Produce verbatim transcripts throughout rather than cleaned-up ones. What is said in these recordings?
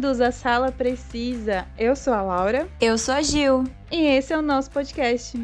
Bem-vindos à Sala Precisa. Eu sou a Laura. Eu sou a Gil. E esse é o nosso podcast.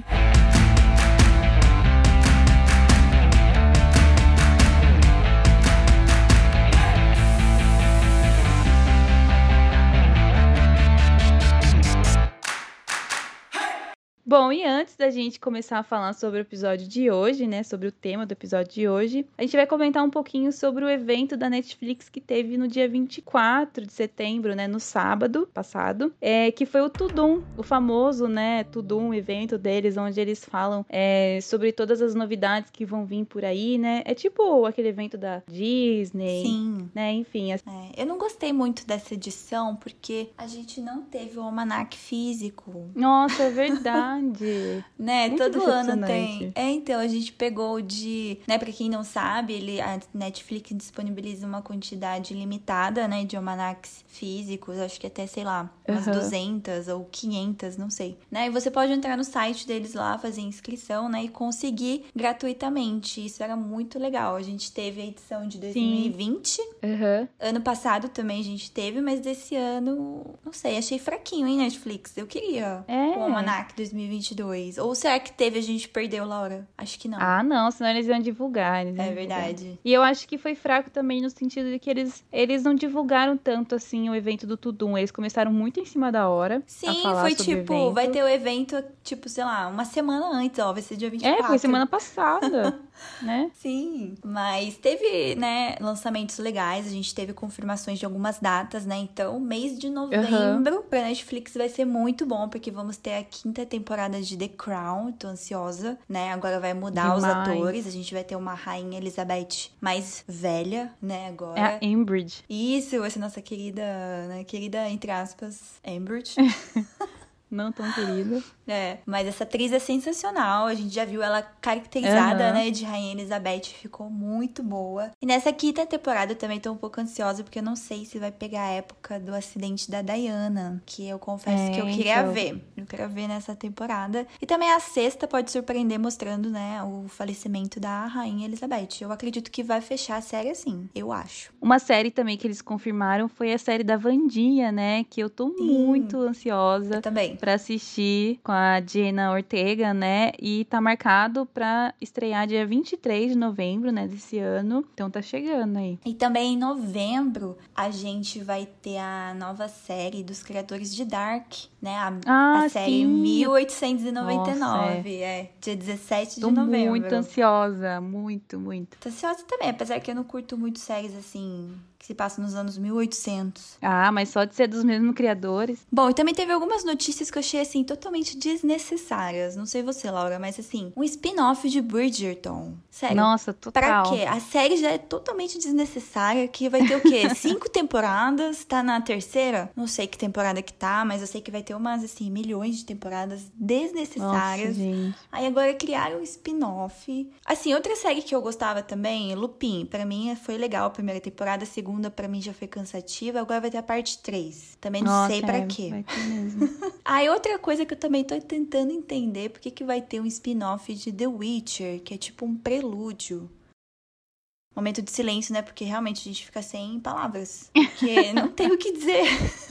Bom, e antes da gente começar a falar sobre o episódio de hoje, né, sobre o tema do episódio de hoje, a gente vai comentar um pouquinho sobre o evento da Netflix que teve no dia vinte e quatro de setembro, né, no sábado passado, é, que foi o Tudum, o famoso, né, Tudum, evento deles, onde eles falam é, sobre todas as novidades que vão vir por aí, né, é tipo aquele evento da Disney, Sim. né, enfim. As... É, eu não gostei muito dessa edição, porque a gente não teve o almanaque físico. Nossa, é verdade. Né, muito todo ano tem. É, então, a gente pegou de... Né, pra quem não sabe, ele, a Netflix disponibiliza uma quantidade limitada, né, de almanacs físicos, acho que até, sei lá, umas uhum. duzentas ou quinhentas, não sei. Né, e você pode entrar no site deles lá, fazer inscrição, né, e conseguir gratuitamente. Isso era muito legal. A gente teve a edição de dois mil e vinte. Uhum. Ano passado também a gente teve, mas desse ano, não sei, achei fraquinho, hein, Netflix? Eu queria é. o almanac dois mil e vinte e dois. Ou será que teve e a gente perdeu, Laura? Acho que não. Ah, não, senão eles iam divulgar. Eles iam é divulgar. verdade. E eu acho que foi fraco também no sentido de que eles, eles não divulgaram tanto, assim, o evento do Tudum. Eles começaram muito em cima da hora. Sim, a falar foi sobre tipo, o evento. vai ter o evento, tipo, sei lá, uma semana antes, ó, vai ser dia vinte e quatro. É, foi semana passada, né? Sim, mas teve, né, lançamentos legais, a gente teve confirmações de algumas datas, né, então mês de novembro uhum. pra Netflix vai ser muito bom, porque vamos ter a quinta temporada de The Crown, tô ansiosa, né, agora vai mudar Demais. Os atores, a gente vai ter uma rainha Elizabeth mais velha, né, agora. É a Ambridge. Isso, essa nossa querida, né, querida, entre aspas, Ambridge. Não tão querida. É, mas essa atriz é sensacional. A gente já viu ela caracterizada, uhum. né, de Rainha Elizabeth. Ficou muito boa. E nessa quinta temporada eu também tô um pouco ansiosa, porque eu não sei se vai pegar a época do acidente da Diana, que eu confesso é, que eu queria então. ver. Eu quero ver nessa temporada. E também a sexta pode surpreender mostrando, né, o falecimento da Rainha Elizabeth. Eu acredito que vai fechar a série assim, eu acho. Uma série também que eles confirmaram foi a série da Wandinha, né, que eu tô Sim. muito ansiosa. Eu também. Pra assistir com a Jenna Ortega, né? E tá marcado pra estrear dia vinte e três de novembro, né? Desse ano. Então tá chegando aí. E também em novembro a gente vai ter a nova série dos criadores de Dark, né? A, ah, a série sim. mil oitocentos e noventa e nove. Nossa, é. é. Dia dezessete Tô de novembro. Tô muito ansiosa. Muito, muito. Tô ansiosa também, apesar que eu não curto muito séries assim... que se passa nos anos mil e oitocentos. Ah, mas só de ser dos mesmos criadores. Bom, e também teve algumas notícias que eu achei, assim, totalmente desnecessárias. Não sei você, Laura, mas, assim, um spin-off de Bridgerton. Sério. Nossa, total. Pra quê? A série já é totalmente desnecessária, que vai ter o quê? Cinco temporadas, tá na terceira? Não sei que temporada que tá, mas eu sei que vai ter umas, assim, milhões de temporadas desnecessárias. Nossa, gente. Aí agora criaram um spin-off. Assim, outra série que eu gostava também, Lupin. Pra mim foi legal a primeira temporada, a segunda segunda pra mim já foi cansativa, agora vai ter a parte três. Também não Nossa, sei pra é, quê. Vai ter mesmo. Aí outra coisa que eu também tô tentando entender, por que que vai ter um spin-off de The Witcher, que é tipo um prelúdio. Momento de silêncio, né? Porque realmente a gente fica sem palavras. Porque não tem o que dizer.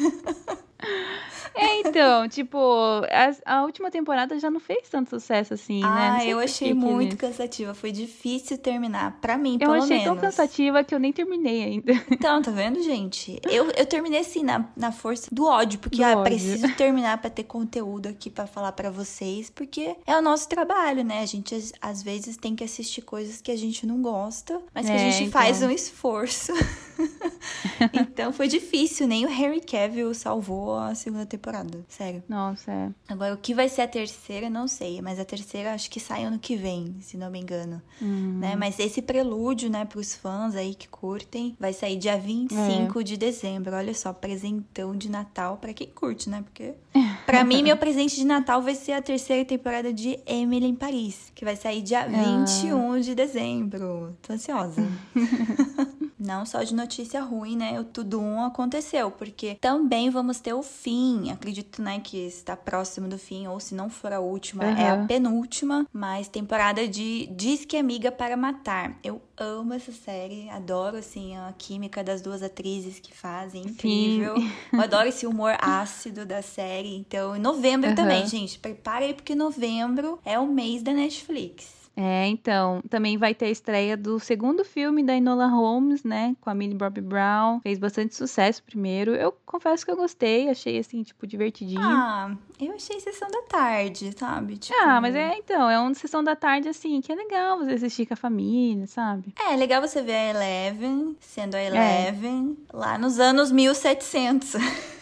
É, então, tipo, a, a última temporada já não fez tanto sucesso assim, ah, né? Ah, eu achei muito eles... cansativa. Foi difícil terminar. Pra mim, eu pelo menos. Eu achei tão cansativa que eu nem terminei ainda. Então, tá vendo, gente? Eu, eu terminei assim, na, na força do ódio. Porque, do ah, ódio. preciso terminar pra ter conteúdo aqui pra falar pra vocês. Porque é o nosso trabalho, né? A gente, às, às vezes, tem que assistir coisas que a gente não gosta. Mas que é, a gente então. faz um esforço. Então, foi difícil. Nem o Henry Cavill salvou a segunda temporada. Sério. Nossa, é. Agora, o que vai ser a terceira, não sei. Mas a terceira, acho que sai ano que vem, se não me engano. Hum. Né? Mas esse prelúdio, né, pros fãs aí que curtem, vai sair dia vinte e cinco é. de dezembro. Olha só, presentão de Natal pra quem curte, né? Porque, pra mim, meu presente de Natal vai ser a terceira temporada de Emily em Paris, que vai sair dia vinte e um ah. de dezembro. Tô ansiosa. não só de notícia ruim, né? O Tudum aconteceu, porque também vamos ter o fim. Acredito, né, que está próximo do fim, ou se não for a última, uhum. é a penúltima, mas temporada de Diz que Amiga para Matar. Eu amo essa série, adoro, assim, a química das duas atrizes que fazem, incrível. Sim. Eu adoro esse humor ácido da série. Então, em novembro uhum. também, gente, prepara aí, porque novembro é o mês da Netflix. É, então, também vai ter a estreia do segundo filme da Enola Holmes, né, com a Millie Bobby Brown. Fez bastante sucesso primeiro. Eu confesso que eu gostei, achei, assim, tipo, divertidinho. Ah, eu achei Sessão da Tarde, sabe? Tipo... Ah, mas é, então, é uma Sessão da Tarde, assim, que é legal você assistir com a família, sabe? É, legal você ver a Eleven, sendo a Eleven, é. lá nos anos mil e setecentos.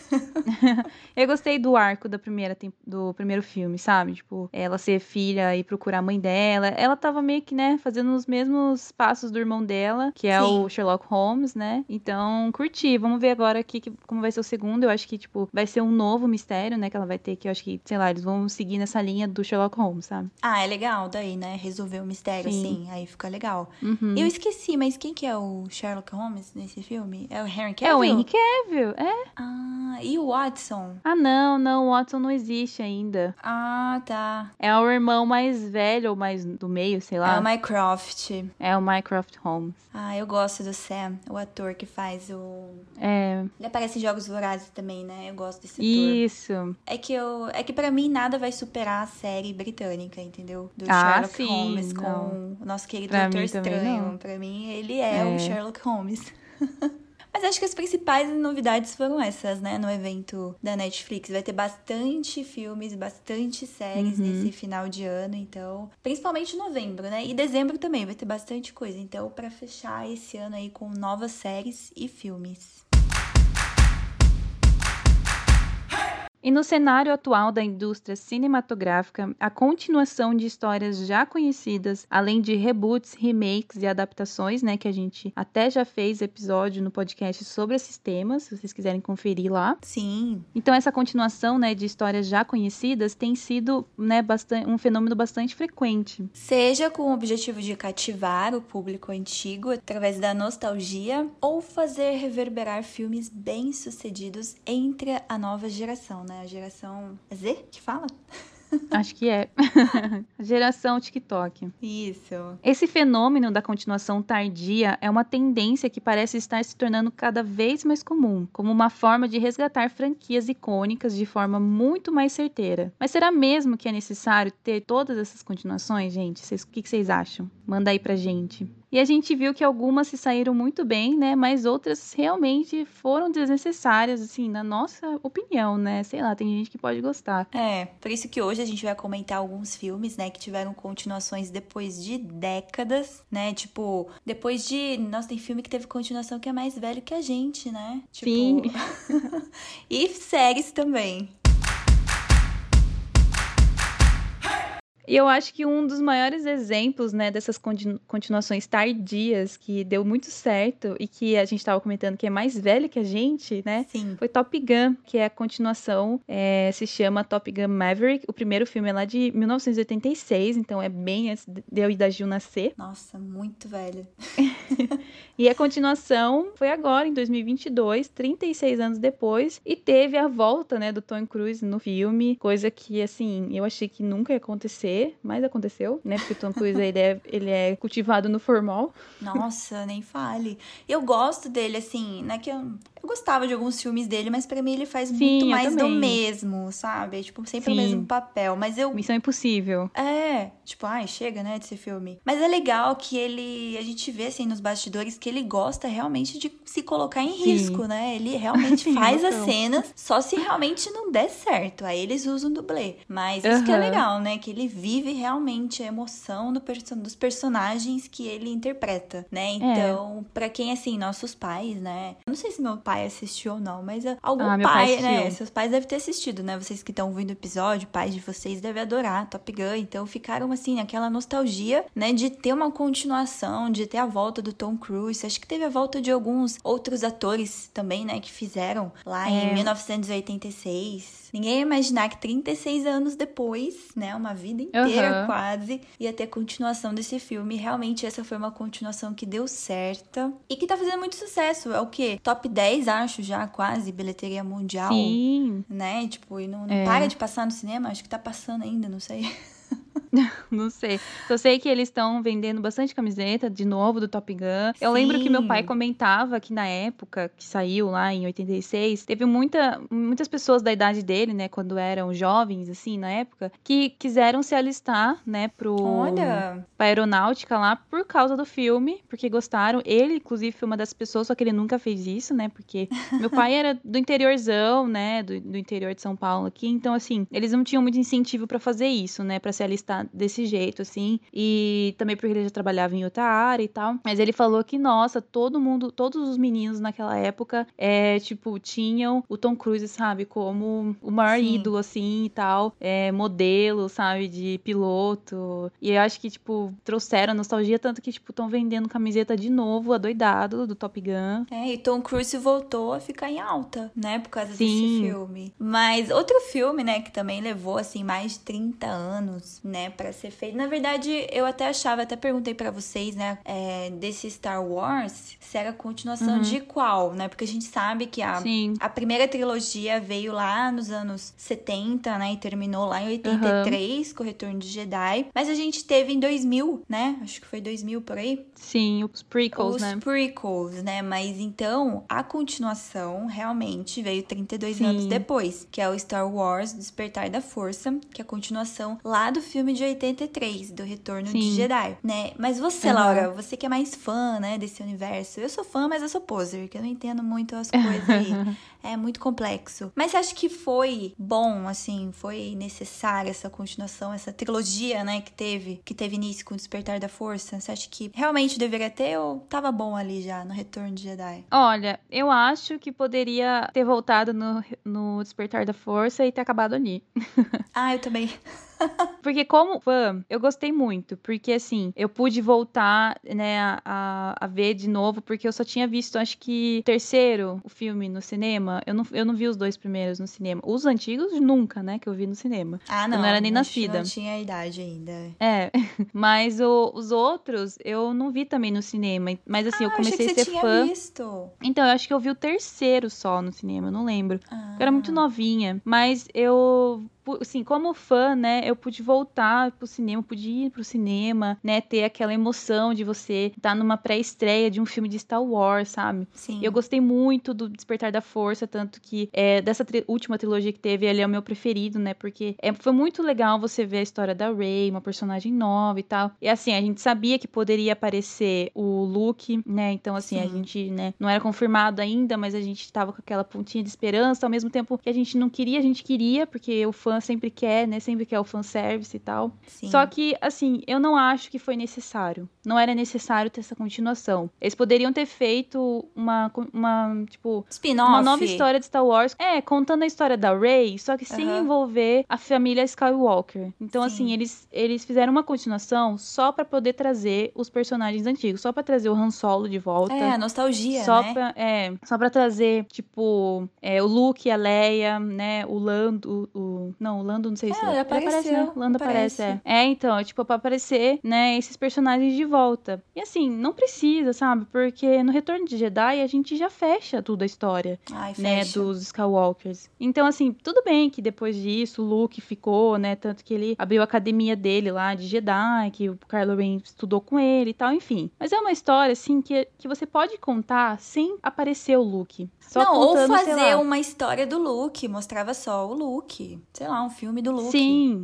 Eu gostei do arco da primeira, do primeiro filme, sabe? Tipo, ela ser filha e procurar a mãe dela. Ela tava meio que, né, fazendo os mesmos passos do irmão dela, que é Sim. o Sherlock Holmes, né? Então, curti. Vamos ver agora aqui que, como vai ser o segundo. Eu acho que, tipo, vai ser um novo mistério, né? Que ela vai ter, que eu acho que, sei lá, eles vão seguir nessa linha do Sherlock Holmes, sabe? Ah, é legal daí, né? Resolver o mistério, Sim. assim. Aí fica legal. Uhum. Eu esqueci, mas quem que é o Sherlock Holmes nesse filme? É o Henry Cavill? É o Henry Cavill, é. Ah, e o Watson? Ah, não, não, o Watson não existe ainda. Ah, tá. É o irmão mais velho ou mais do meio, sei lá. É o Mycroft. É o Mycroft Holmes. Ah, eu gosto do Sam, o ator que faz o... É. Ele aparece em Jogos Vorazes também, né? Eu gosto desse ator. Isso. É que, eu... é que pra mim nada vai superar a série britânica, entendeu? Do ah, Sherlock sim, Holmes não. com o nosso querido pra Doutor mim Estranho. Não. Pra mim, ele é, é. o Sherlock Holmes. Mas acho que as principais novidades foram essas, né? No evento da Netflix. Vai ter bastante filmes, bastante séries uhum. nesse final de ano, então... Principalmente novembro, né? E dezembro também vai ter bastante coisa. Então, pra fechar esse ano aí com novas séries e filmes. E no cenário atual da indústria cinematográfica, a continuação de histórias já conhecidas, além de reboots, remakes e adaptações, né, que a gente até já fez episódio no podcast sobre esses temas, se vocês quiserem conferir lá. Sim. Então essa continuação, né, de histórias já conhecidas tem sido, né, bastante, um fenômeno bastante frequente. Seja com o objetivo de cativar o público antigo através da nostalgia ou fazer reverberar filmes bem-sucedidos entre a nova geração, né? A geração Z que fala? Acho que é. A geração TikTok. Isso. Esse fenômeno da continuação tardia é uma tendência que parece estar se tornando cada vez mais comum, como uma forma de resgatar franquias icônicas de forma muito mais certeira. Mas será mesmo que é necessário ter todas essas continuações, gente? Cês, o que vocês acham? Manda aí pra gente. E a gente viu que algumas se saíram muito bem, né? Mas outras realmente foram desnecessárias, assim, na nossa opinião, né? Sei lá, tem gente que pode gostar. É, por isso que hoje a gente vai comentar alguns filmes, né? Que tiveram continuações depois de décadas, né? Tipo, depois de... Nossa, tem filme que teve continuação que é mais velho que a gente, né? Tipo... Sim. E séries também. E eu acho que um dos maiores exemplos, né, dessas continu- continuações tardias que deu muito certo e que a gente estava comentando que é mais velho que a gente, né? Sim. Foi Top Gun, que é a continuação, é, se chama Top Gun Maverick. O primeiro filme é lá de mil novecentos e oitenta e seis, então é bem antes de eu e da Gil nascer. Nossa, muito velho. E a continuação foi agora, em dois mil e vinte e dois, trinta e seis anos depois, e teve a volta, né, do Tom Cruise no filme, coisa que, assim, eu achei que nunca ia acontecer, mas aconteceu, né, porque o Tom Cruise, ele é, ele é cultivado no formal. Nossa, nem fale. Eu gosto dele, assim, né, que eu... Eu gostava de alguns filmes dele, mas pra mim ele faz Sim, muito eu mais do também. mesmo, sabe? Tipo, sempre Sim. o mesmo papel. Mas eu... Missão Impossível. É, tipo, ai, chega, né, desse filme. Mas é legal que ele... A gente vê, assim, nos bastidores que ele gosta realmente de se colocar em Sim. risco, né? Ele realmente Sim, faz as então. cenas, só se realmente não der certo. Aí eles usam dublê. Mas isso Uhum. que é legal, né? Que ele vive realmente a emoção do perso- dos personagens que ele interpreta, né? Então, é. pra quem, assim, nossos pais, né? Eu não sei se meu pai pai assistiu ou não, mas algum ah, pai, pai né? Seus pais devem ter assistido, né? Vocês que estão ouvindo o episódio, pais de vocês devem adorar Top Gun. Então ficaram, assim, aquela nostalgia, né? De ter uma continuação, de ter a volta do Tom Cruise. Acho que teve a volta de alguns outros atores também, né? Que fizeram lá é. em mil novecentos e oitenta e seis. Ninguém ia imaginar que trinta e seis anos depois, né? Uma vida inteira uhum. quase, ia ter continuação desse filme. Realmente essa foi uma continuação que deu certo e que tá fazendo muito sucesso. É o quê? Top dez, acho, já quase, bilheteria mundial. Sim. Né? Tipo, e não, não é. para de passar no cinema? Acho que tá passando ainda, não sei. Não sei. Só sei que eles estão vendendo bastante camiseta, de novo, do Top Gun. Eu Sim. lembro que meu pai comentava que na época que saiu lá em oitenta e seis, teve muita, muitas pessoas da idade dele, né, quando eram jovens, assim, na época, que quiseram se alistar, né, pro... Olha! pra aeronáutica lá por causa do filme, porque gostaram. Ele, inclusive, foi uma das pessoas, só que ele nunca fez isso, né, porque meu pai era do interiorzão, né, do, do interior de São Paulo aqui, então, assim, eles não tinham muito incentivo pra fazer isso, né, pra se alistar desse jeito, assim, e também porque ele já trabalhava em outra área e tal, mas ele falou que, nossa, todo mundo, todos os meninos naquela época, é, tipo, tinham o Tom Cruise, sabe, como o maior Sim. ídolo, assim, e tal, é, modelo, sabe, de piloto, e eu acho que, tipo, trouxeram nostalgia, tanto que, tipo, estão vendendo camiseta de novo, adoidado, do Top Gun. É, e Tom Cruise voltou a ficar em alta, né, por causa Sim. desse filme. Mas outro filme, né, que também levou, assim, mais de trinta anos, né, pra ser feito. Na verdade, eu até achava, até perguntei pra vocês, né, é, desse Star Wars, se era continuação uhum. de qual, né, porque a gente sabe que a, a primeira trilogia veio lá nos anos setenta, né, e terminou lá em oitenta e três, uhum. com o Retorno de Jedi, mas a gente teve em dois mil, né, acho que foi dois mil por aí. Sim, os prequels, os né. Os prequels, né, mas então, a continuação realmente veio trinta e dois Sim. anos depois, que é o Star Wars Despertar da Força, que é a continuação lá do filme de oitenta e três, do Retorno Sim. de Jedi, né? Mas você, uhum. Laura, você que é mais fã, né, desse universo. Eu sou fã, mas eu sou poser, que eu não entendo muito as coisas aí. É muito complexo. Mas você acha que foi bom, assim, foi necessária essa continuação, essa trilogia, né, que teve, que teve início com o Despertar da Força? Você acha que realmente deveria ter ou tava bom ali já, no Retorno de Jedi? Olha, eu acho que poderia ter voltado no, no Despertar da Força e ter acabado ali. Ah, eu também. Porque como fã, eu gostei muito, porque assim, eu pude voltar, né, a, a ver de novo, porque eu só tinha visto, acho que, o terceiro, o filme no cinema, eu não, eu não vi os dois primeiros no cinema. Os antigos, nunca, né, que eu vi no cinema. Ah, não. Eu não era nem nascida. Não tinha idade ainda. É, mas o, os outros, eu não vi também no cinema, mas assim, ah, eu comecei eu a ser tinha fã. Visto. Então, eu acho que eu vi o terceiro só no cinema, eu não lembro. Ah. Eu era muito novinha, mas eu... assim, como fã, né, eu pude voltar pro cinema, pude ir pro cinema, né, ter aquela emoção de você estar numa pré-estreia de um filme de Star Wars, sabe? Sim. Eu gostei muito do Despertar da Força, tanto que é, dessa tri- última trilogia que teve, ele é o meu preferido, né, porque é, foi muito legal você ver a história da Rey, uma personagem nova e tal. E assim, a gente sabia que poderia aparecer o Luke, né, então assim, Sim. a gente, né, não era confirmado ainda, mas a gente tava com aquela pontinha de esperança, ao mesmo tempo que a gente não queria, a gente queria, porque o fã sempre quer, né? Sempre quer o fanservice e tal. Sim. Só que, assim, eu não acho que foi necessário. Não era necessário ter essa continuação. Eles poderiam ter feito uma, uma tipo... spin-off. Uma nova história de Star Wars. É, contando a história da Rey, só que sem uhum. envolver a família Skywalker. Então, Sim. assim, eles, eles fizeram uma continuação só pra poder trazer os personagens antigos. Só pra trazer o Han Solo de volta. É, a nostalgia, só né? Pra, é, só pra trazer, tipo, é, o Luke, a Leia, né? O Lando, o, o... Não, o Lando, não sei é, se... Ele apareceu, aparece, né? Lando aparece. aparece, é. É, então, tipo, pra aparecer, né, esses personagens de volta. E assim, não precisa, sabe? Porque no Retorno de Jedi a gente já fecha tudo a história, Ai, né, fecha. dos Skywalkers. Então, assim, tudo bem que depois disso o Luke ficou, né, tanto que ele abriu a academia dele lá de Jedi, que o Kylo Ren estudou com ele e tal, enfim. Mas é uma história, assim, que, que você pode contar sem aparecer o Luke. Só não, contando, ou fazer uma história do Luke, mostrava só o Luke. Sei lá, um filme do Luke. Sim.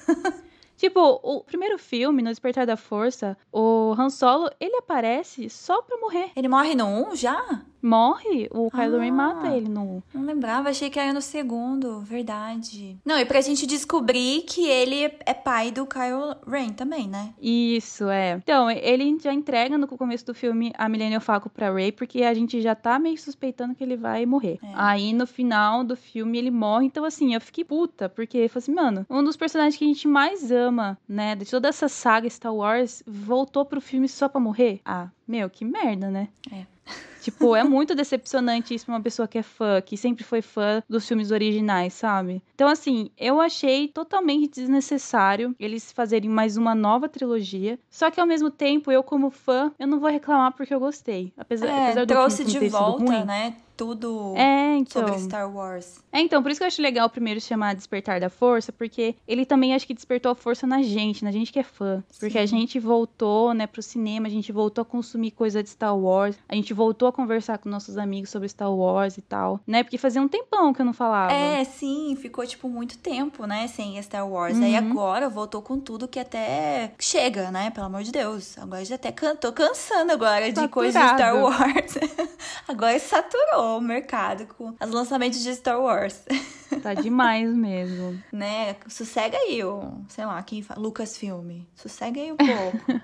Tipo, o primeiro filme, No Despertar da Força, o Han Solo, ele aparece só pra morrer. Ele morre no um já? Morre, o Kylo Ah. Ren mata ele no... Não lembrava, achei que era no segundo, verdade. Não, e pra gente descobrir que ele é pai do Kylo Ren também, né? Isso, é. Então, ele já entrega no começo do filme a Millennium Falcon pra Rey, porque a gente já tá meio suspeitando que ele vai morrer. É. Aí, no final do filme, ele morre. Então, assim, eu fiquei puta, porque eu falei assim, mano, um dos personagens que a gente mais ama, né, de toda essa saga Star Wars, voltou pro filme só pra morrer? Ah, meu, que merda, né? É. Tipo, é muito decepcionante isso pra uma pessoa que é fã, que sempre foi fã dos filmes originais, sabe? Então, assim, eu achei totalmente desnecessário eles fazerem mais uma nova trilogia. Só que, ao mesmo tempo, eu como fã, eu não vou reclamar porque eu gostei. Apesar, É, apesar do trouxe filme de ter sido volta, ruim. né? Tudo É, então. sobre Star Wars. É, então, por isso que eu acho legal o primeiro se chamar Despertar da Força, porque ele também acho que despertou a força na gente, na gente que é fã. Porque Sim. a gente voltou, né, pro cinema, a gente voltou a consumir coisa de Star Wars, a gente voltou a conversar com nossos amigos sobre Star Wars e tal, né? Porque fazia um tempão que eu não falava. É, sim, ficou, tipo, muito tempo, né, sem Star Wars. Uhum. Aí agora voltou com tudo que até chega, né, pelo amor de Deus. Agora já até can... tô cansando agora de coisas de Star Wars. Agora saturou o mercado com os lançamentos de Star Wars. Tá demais mesmo. Né, sossega aí, o, sei lá, quem fala, Lucasfilm. Sossega aí um pouco.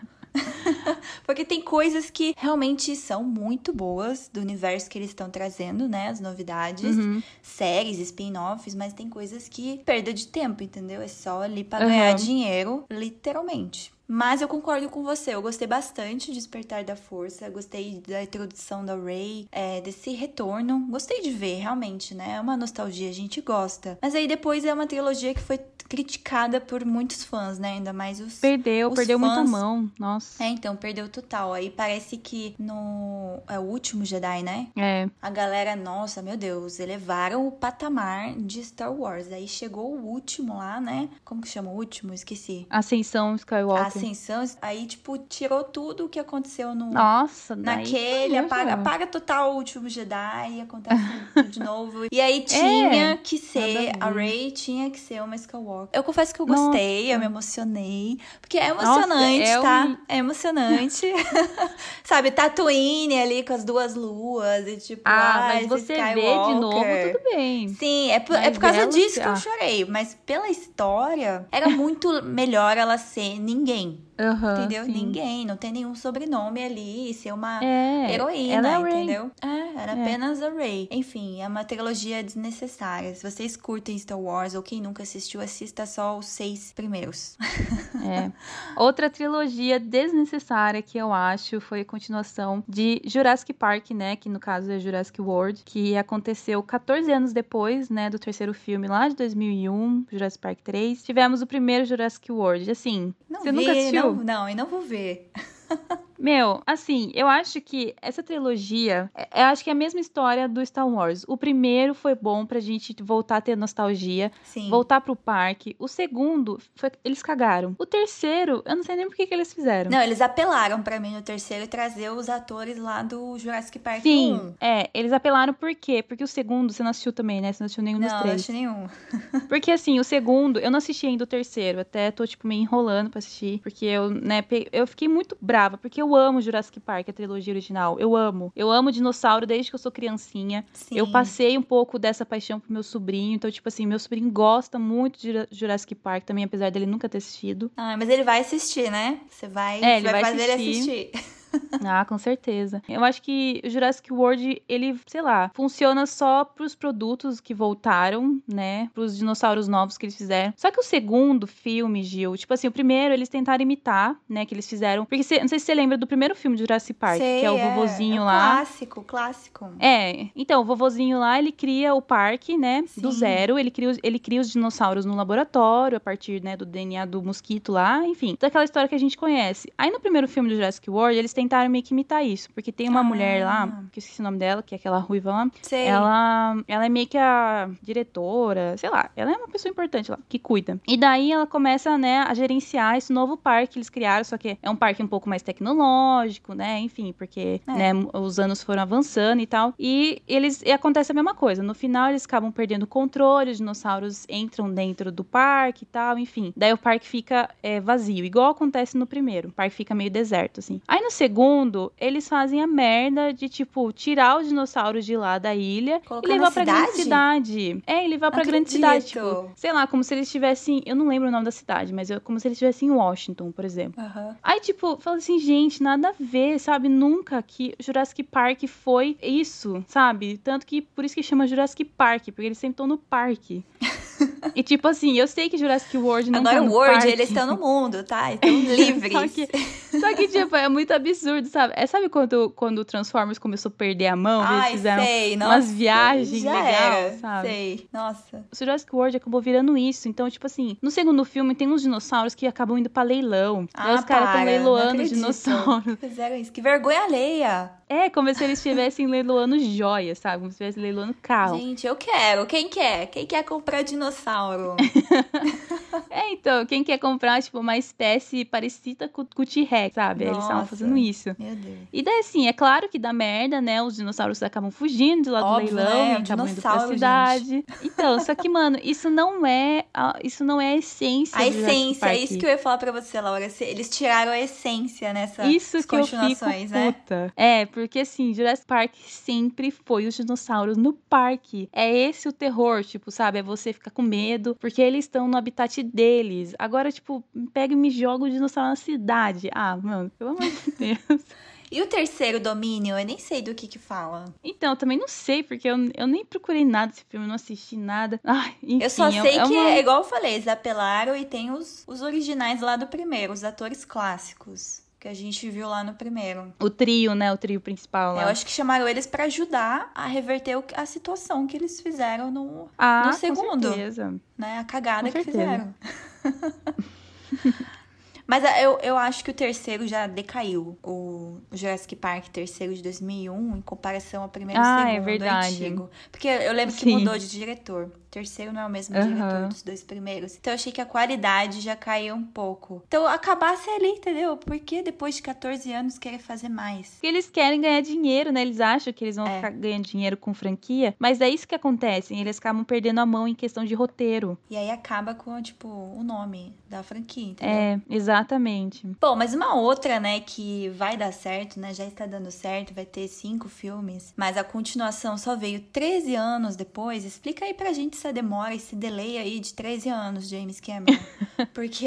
Porque tem coisas que realmente são muito boas do universo que eles estão trazendo, né? As novidades, Uhum. séries, spin-offs, mas tem coisas que perda de tempo, entendeu? É só ali pra Uhum. ganhar dinheiro, literalmente. Mas eu concordo com você, eu gostei bastante de Despertar da Força, gostei da introdução da Rey, é, desse retorno, gostei de ver, realmente, né? É uma nostalgia, a gente gosta. Mas aí depois é uma trilogia que foi criticada por muitos fãs, né? Ainda mais os Perdeu, os perdeu fãs... muita mão, nossa. É, então, perdeu total. Aí parece que no... É o último Jedi, né? É. A galera, nossa, meu Deus, elevaram o patamar de Star Wars. Aí chegou o último lá, né? Como que chama o último? Esqueci. Ascensão Skywalker. A Ascensão. Aí, tipo, tirou tudo o que aconteceu no... Nossa, daí Naquele, foi apaga, mesmo. apaga total o último Jedi, acontece tudo de novo. E aí tinha É, que ser, nada a a ver. Rey tinha que ser uma Skywalker. Eu confesso que eu gostei, Nossa. eu me emocionei. Porque é emocionante, Nossa, é tá? um- É emocionante. Sabe, Tatooine ali com as duas luas e tipo, Ah, ah, mas esse você vê Skywalker. de novo, tudo bem. Sim, é por, é Mas por causa ela- disso que eu ah. chorei. Mas pela história, era muito melhor ela ser ninguém. Aham, Entendeu? sim. Ninguém, não tem nenhum sobrenome ali, e ser uma É, heroína, ela é a Rey. entendeu? É, era É. apenas a Rey. Enfim, é uma trilogia desnecessária. Se vocês curtem Star Wars, ou quem nunca assistiu, assista só os seis primeiros. É. Outra trilogia desnecessária que eu acho foi a continuação de Jurassic Park, né? Que no caso é Jurassic World, que aconteceu catorze anos depois, né? Do terceiro filme lá de dois mil e um, Jurassic Park três. Tivemos o primeiro Jurassic World. Assim, Não você vi, nunca assistiu? Não, não, e não vou ver. Meu, assim, eu acho que essa trilogia, é- eu acho que é a mesma história do Star Wars. O primeiro foi bom pra gente voltar a ter nostalgia, Sim. voltar pro parque. O segundo, foi- eles cagaram. O terceiro, eu não sei nem por que que eles fizeram. Não, eles apelaram pra mim no terceiro e trazer os atores lá do Jurassic Park Sim, um. é, eles apelaram por quê? Porque o segundo, você não assistiu também, né? Você não assistiu nenhum Não, dos não três. acho nenhum. Porque assim, o segundo, eu não assisti ainda o terceiro, até tô, tipo, meio enrolando pra assistir, porque eu, né, pe- eu fiquei muito brava, porque eu amo Jurassic Park, a trilogia original, eu amo. Eu amo dinossauro desde que eu sou criancinha. Sim. Eu passei um pouco dessa paixão pro meu sobrinho, então, tipo assim, meu sobrinho gosta muito de Jura- Jurassic Park também, apesar dele nunca ter assistido. Ah, mas ele vai assistir, né? Você vai, É, você ele vai, vai fazer ele assistir. assistir. Ah, com certeza. Eu acho que o Jurassic World, ele, sei lá, funciona só pros produtos que voltaram, né? Pros dinossauros novos que eles fizeram. Só que o segundo filme, Gil, tipo assim, o primeiro eles tentaram imitar, né? Que eles fizeram. Porque cê, não sei se você lembra do primeiro filme de Jurassic Park, Sei, que é o vovozinho é, é um lá. Clássico, clássico. É, então, o vovozinho lá, ele cria o parque, né, do Sim. zero, ele cria, os, ele cria os dinossauros no laboratório, a partir, né, do D N A do mosquito lá, enfim, toda aquela história que a gente conhece. Aí no primeiro filme do Jurassic World, eles tentaram meio que imitar isso, porque tem uma Ah. mulher lá, que eu esqueci o nome dela, que é aquela ruiva lá, Sei. ela, ela é meio que a diretora, sei lá, ela é uma pessoa importante lá, que cuida. E daí ela começa, né, a gerenciar esse novo parque que eles criaram, só que é um parque um pouco mais tecnológico, né, enfim, porque, É. né, os anos foram avançando e tal. E eles, e acontece a mesma coisa. No final, eles acabam perdendo o controle, os dinossauros entram dentro do parque e tal, enfim. Daí o parque fica é, vazio, igual acontece no primeiro. O parque fica meio deserto, assim. Aí no segundo, eles fazem a merda de, tipo, tirar os dinossauros de lá da ilha Colocar e levar na pra cidade? grande cidade. É, e levar Não pra grande acredito. cidade, tipo, sei lá, como se eles estivessem, eu não lembro o nome da cidade, mas eu, como se eles estivessem em Washington, por exemplo. Aham. Aí, tipo, fala assim, gente, nada a ver, sabe? Nunca que Jurassic Park foi isso, sabe? Tanto que, por isso que chama Jurassic Park, porque eles sempre estão no parque. E, tipo assim, eu sei que Jurassic World não Agora tá o no World, parque. eles estão no mundo, tá? Estão livres. Só que, só que, tipo, é muito absurdo, sabe? É, sabe quando, quando o Transformers começou a perder a mão? Eles Ai, fizeram sei, umas nossa, viagens já legais, era, sabe? sei, nossa. O Jurassic World acabou virando isso. Então, tipo assim, no segundo filme tem uns dinossauros que acabam indo pra leilão. Ah, e os caras para, estão não leiloando os acredito. dinossauros. Fizeram isso, que vergonha alheia. É, como se eles estivessem leiloando joias, sabe? Como se estivessem leiloando carro. Gente, eu quero, quem quer? Quem quer comprar dinossauro? É, então, quem quer comprar, tipo, uma espécie parecida com, com o T-Rex, sabe? Eles estavam Nossa, fazendo isso. Meu Deus. E daí, assim, é claro que dá merda, né? Os dinossauros acabam fugindo de lá do Óbvio, leilão né? e Um acabam indo pra dinossauro, cidade. Então, só que, mano, isso não é a, isso não é a essência A do Jurassic essência, Park. é isso que eu ia falar pra você, Laura. Eles tiraram a essência nessas Isso que eu fico continuações, né? puta. É, porque assim, Jurassic Park sempre foi os dinossauros no parque. É esse o terror, tipo, sabe? É você ficar com medo, porque eles estão no habitat deles. Agora, tipo, pega e me joga o dinossauro na cidade. Ah, mano, pelo amor de Deus. E o terceiro domínio, eu nem sei do que que fala. Então, eu também não sei, porque eu, eu nem procurei nada desse filme, não assisti nada. Ai, enfim, Eu só é- sei é que uma- é igual eu falei, eles apelaram e tem os, os originais lá do primeiro, os atores clássicos. Que a gente viu lá no primeiro. O trio, né? O trio principal lá. Eu acho que chamaram eles pra ajudar a reverter o- a situação que eles fizeram no, ah, no segundo. Com certeza. Né? A cagada Com que certeza. fizeram. Mas ah, eu, eu acho que o terceiro já decaiu. O Jurassic Park terceiro de dois mil e um, em comparação ao primeiro e Ah, é segundo, verdade. antigo. Porque eu lembro que Sim. mudou de diretor. O terceiro não é o mesmo Aham. diretor dos dois primeiros. Então eu achei que a qualidade já caiu um pouco. Então acabasse ali, entendeu? Porque depois de catorze anos querer fazer mais? Porque eles querem ganhar dinheiro, né? Eles acham que eles vão É. ficar ganhando dinheiro com franquia, mas é isso que acontece. Eles acabam perdendo a mão em questão de roteiro. E aí acaba com, tipo, o nome da franquia, entendeu? É, exatamente. Bom, mas uma outra, né, que vai dar certo, né, já está dando certo, vai ter cinco filmes, mas a continuação só veio treze anos depois. Explica aí pra gente essa demora, esse delay aí de treze anos, James Cameron. Porque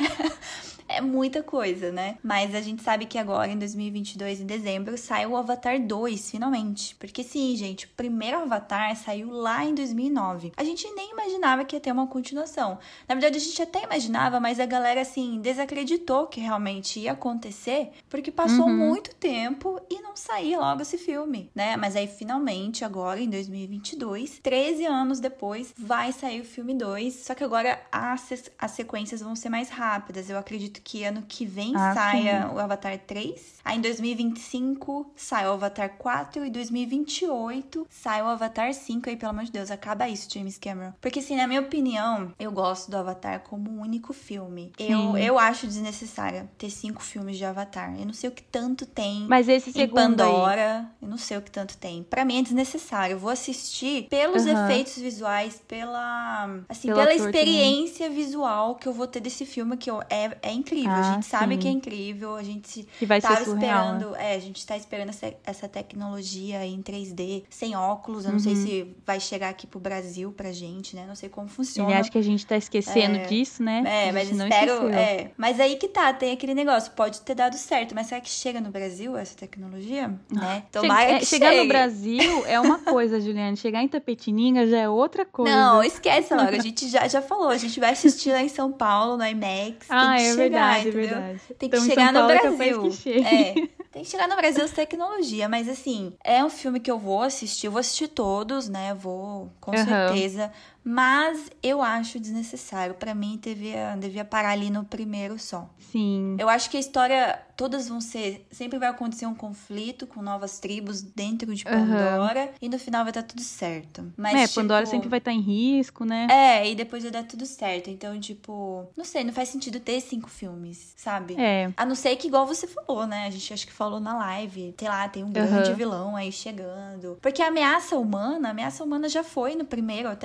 é muita coisa, né? Mas a gente sabe que agora, em dois mil e vinte e dois, em dezembro, sai o Avatar dois, finalmente. Porque sim, gente, o primeiro Avatar saiu lá em dois mil e nove. A gente nem imaginava que ia ter uma continuação. Na verdade, a gente até imaginava, mas a galera, assim, desacreditou que realmente ia acontecer, porque passou Uhum. muito tempo e não saía logo esse filme, né? Mas aí, finalmente, agora, em dois mil e vinte e dois, treze anos depois, vai sair o filme dois. Só que agora as, as sequências vão ser mais rápidas. Eu acredito que ano que vem Ah, saia sim. o Avatar três. Aí em dois mil e vinte e cinco sai o Avatar quatro. E em dois mil e vinte e oito sai o Avatar cinco. Aí, pelo amor de Deus, acaba isso, James Cameron. Porque, assim, na minha opinião, eu gosto do Avatar como um único filme. Eu, Sim. eu acho desnecessário ter cinco filmes de Avatar. Eu não sei o que tanto tem Mas esse em segundo aí, Pandora. Eu não sei o que tanto tem. Pra mim é desnecessário. Eu vou assistir pelos Aham. efeitos visuais, pela, assim, Pelo pela ator experiência visual que eu vou ter desse filme, que eu, é, é incrível. a Ah, gente sabe sim. que é incrível. A gente que vai tava ser surreal, né? esperando, é, a gente tá esperando essa, essa tecnologia em três D, sem óculos. Eu não Uhum. sei se vai chegar aqui pro Brasil pra gente, né? Não sei como funciona. Ele acha que a gente tá esquecendo disso, né? É, A mas gente não espero. esqueceu. É. Mas aí que tá, tem aquele negócio, pode ter dado certo, mas será que chega no Brasil essa tecnologia? Né? Che- Tomara é, que chegar chegue. no Brasil é uma coisa, Juliane. Chegar em Tapetininga já é outra coisa. Não, esquece, Laura. A gente já, já falou, a gente vai assistir lá em São Paulo, no IMAX. ah, tem que é chegar, verdade, entendeu? é verdade. Tem que Então, em chegar São no Paulo é capaz Brasil. que chegue. É. Tem que chegar no Brasil as tecnologia, mas assim, é um filme que eu vou assistir, eu vou assistir todos, né? Vou, com Aham. certeza. Mas eu acho desnecessário. Pra mim, devia, devia parar ali no primeiro só. Sim. Eu acho que a história, todas vão ser, sempre vai acontecer um conflito com novas tribos dentro de Aham. Pandora e no final vai dar tudo certo. Mas, é, tipo, Pandora sempre vai estar em risco, né? É, e depois vai dar tudo certo. Então, tipo, não sei, não faz sentido ter cinco filmes, sabe? É. A não ser que, igual você falou, né? A gente acho que falou na live. Sei lá, tem um grande Aham. vilão aí chegando. Porque a ameaça humana, a ameaça humana já foi no primeiro. Eu até tinha esquecido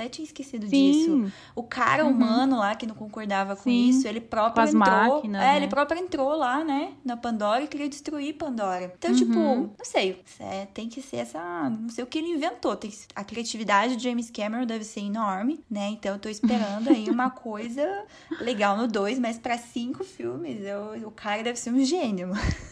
conhecido Sim. disso. O cara Uhum. humano lá, que não concordava com Sim. isso, ele próprio Com as entrou... máquinas, é, né? ele próprio entrou lá, né, na Pandora e queria destruir Pandora. Então, Uhum. tipo, não sei, é, tem que ser essa... Não sei o que ele inventou. Tem que, a criatividade de James Cameron deve ser enorme, né? Então, eu tô esperando aí uma coisa legal no dois, mas pra cinco filmes, eu, o cara deve ser um gênio.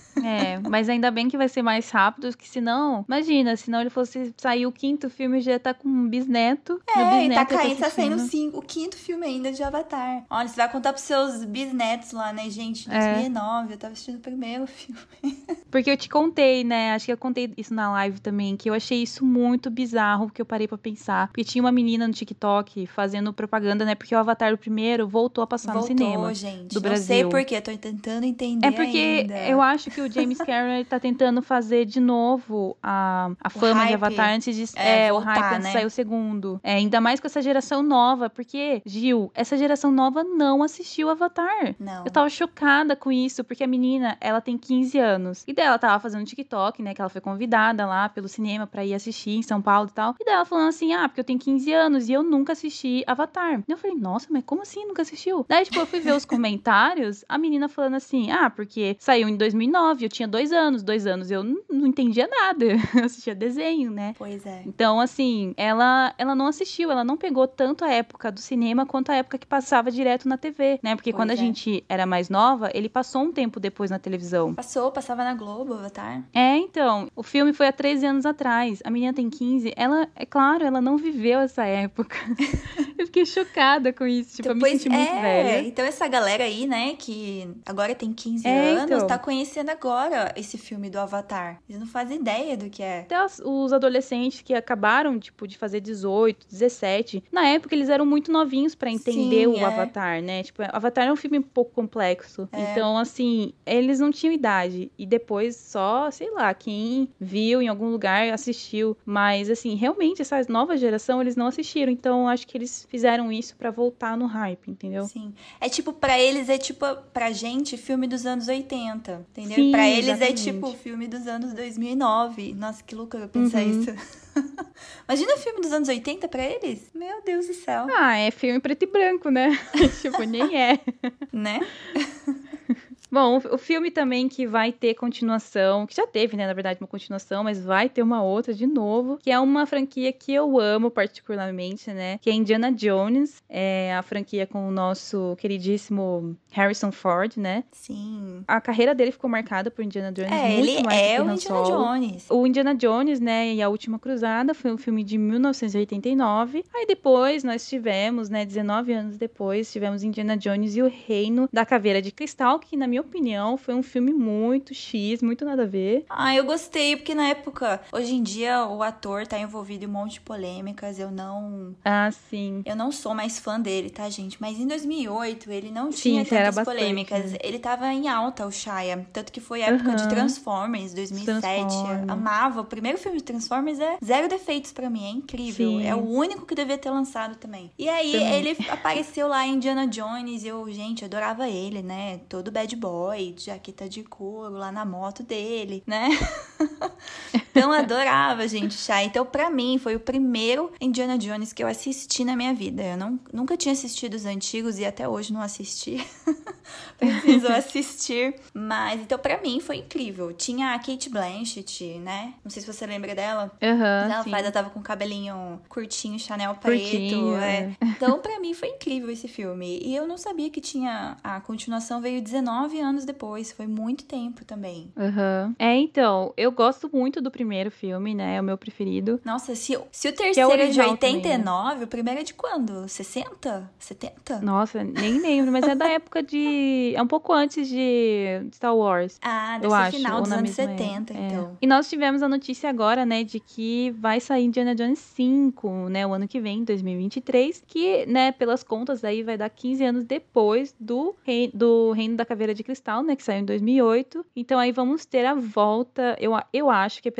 É, mas ainda bem que vai ser mais rápido, que senão, imagina, senão ele fosse sair o quinto filme já tá com um bisneto. Meu É, e bisneto tá ia caindo, tá saindo assistindo. cinco, o quinto filme ainda de Avatar. Olha, você vai contar pros seus bisnetos lá, né, gente? dois mil e nove, eu tava assistindo o primeiro filme. Porque eu te contei, né? Acho que eu contei isso na live também, que eu achei isso muito bizarro, porque eu parei pra pensar. Porque tinha uma menina no TikTok fazendo propaganda, né? Porque o Avatar, o primeiro, voltou a passar Voltou, no cinema gente. do Não Brasil. sei porquê, tô tentando entender É porque ainda. eu acho que o James Cameron ele tá tentando fazer de novo a, a fama de hype. Avatar antes de É, é, o voltar, hype antes né? de sair o segundo. É, ainda mais com essa geração nova, porque, Gil, essa geração nova não assistiu Avatar. Não. Eu tava chocada com isso, porque a menina, ela tem quinze anos. E daí ela tava fazendo TikTok, né, que ela foi convidada lá pelo cinema pra ir assistir em São Paulo e tal. E daí ela falando assim, ah, porque eu tenho quinze anos e eu nunca assisti Avatar. E eu falei, nossa, mas como assim nunca assistiu? Daí, tipo, eu fui ver os comentários, a menina falando assim, ah, porque saiu em dois mil e nove, eu tinha dois anos, dois anos eu não, não entendia nada, eu assistia desenho, né? Pois é. Então, assim, ela, ela não assistiu, ela não pegou tanto a época do cinema quanto a época que passava direto na T V, né? Porque Pois quando a é. gente era mais nova, ele passou um tempo depois na televisão. Passou, passava na Globo, Avatar. É, então, o filme foi há treze anos atrás, a menina tem quinze, ela, é claro, ela não viveu essa época. Eu fiquei chocada com isso, tipo, Depois, eu me senti muito é, velha. Então essa galera aí, né, que agora tem quinze É, anos, então. tá conhecendo agora esse filme do Avatar. Eles não fazem ideia do que é. Até os, os adolescentes que acabaram, tipo, de fazer dezoito, dezessete, na época eles eram muito novinhos pra entender Sim, o é. Avatar, né? Tipo, Avatar é um filme um pouco complexo. É. Então, assim, eles não tinham idade. E depois só, sei lá, quem viu em algum lugar assistiu. Mas, assim, realmente, essa nova geração, eles não assistiram. Então, acho que eles fizeram isso pra voltar no hype, entendeu? Sim. É tipo, pra eles é tipo, pra gente, filme dos anos oitenta, entendeu? Sim, pra eles exatamente. é tipo filme dos anos dois mil e nove. Nossa, que loucura pensar Uhum. isso. Imagina o filme dos anos oitenta pra eles? Meu Deus do céu. Ah, é filme preto e branco, né? Tipo, nem é. Né? Bom, o filme também que vai ter continuação, que já teve, né, na verdade, uma continuação, mas vai ter uma outra de novo, que é uma franquia que eu amo particularmente, né, que é Indiana Jones, é a franquia com o nosso queridíssimo Harrison Ford, né. Sim. A carreira dele ficou marcada por Indiana Jones, É, muito ele mais do é que o Han Indiana Solo. Jones. O Indiana Jones, né, e a Última Cruzada foi um filme de mil novecentos e oitenta e nove. Aí depois nós tivemos, né, dezenove anos depois, tivemos Indiana Jones e o Reino da Caveira de Cristal, que na minha opinião foi um filme muito X, muito nada a ver. Ah, eu gostei, porque na época, hoje em dia, o ator tá envolvido em um monte de polêmicas, eu não... Ah, sim. Eu não sou mais fã dele, tá, gente? Mas em dois mil e oito, ele não Sim, tinha isso era tantas bastante, polêmicas. né? Ele tava em alta, o Shia. Tanto que foi a época de Aham. Transformers, dois mil e sete. Transformers. Amava. O primeiro filme de Transformers é zero defeitos pra mim, é incrível. Sim. É o único que devia ter lançado também. E aí, Também. ele apareceu lá em Indiana Jones e eu, gente, adorava ele, né? Todo bad boy, jaqueta de couro lá na moto dele, né? Então, adorava, gente, Shia. Então, pra mim, foi o primeiro Indiana Jones que eu assisti na minha vida. Eu não, nunca tinha assistido os antigos e até hoje não assisti. Preciso assistir. Mas, então, pra mim, foi incrível. Tinha a Cate Blanchett, né? Não sei se você lembra dela. Aham, Ela sim. faz, ela tava com o cabelinho curtinho, Chanel preto. Curtinho, é. é. Então, pra mim, foi incrível esse filme. E eu não sabia que tinha... A continuação veio dezenove anos depois. Foi muito tempo também. Aham. É, então, eu gosto muito do primeiro filme, né? É o meu preferido. Nossa, se, se o terceiro é de original oitenta e também, nove, o primeiro é de quando? sessenta? setenta? Nossa, nem lembro, mas é da época de... É um pouco antes de Star Wars. Ah, deve Eu ser acho, final ou dos na anos mesma setenta, época, é. então. E nós tivemos a notícia agora, né, de que vai sair Indiana Jones cinco, né, o ano que vem, dois mil e vinte e três, que, né, pelas contas aí vai dar quinze anos depois do, rei, do Reino da Caveira de Cristal, né, que saiu em dois mil e oito. Então aí vamos ter a volta, eu, eu acho que é pela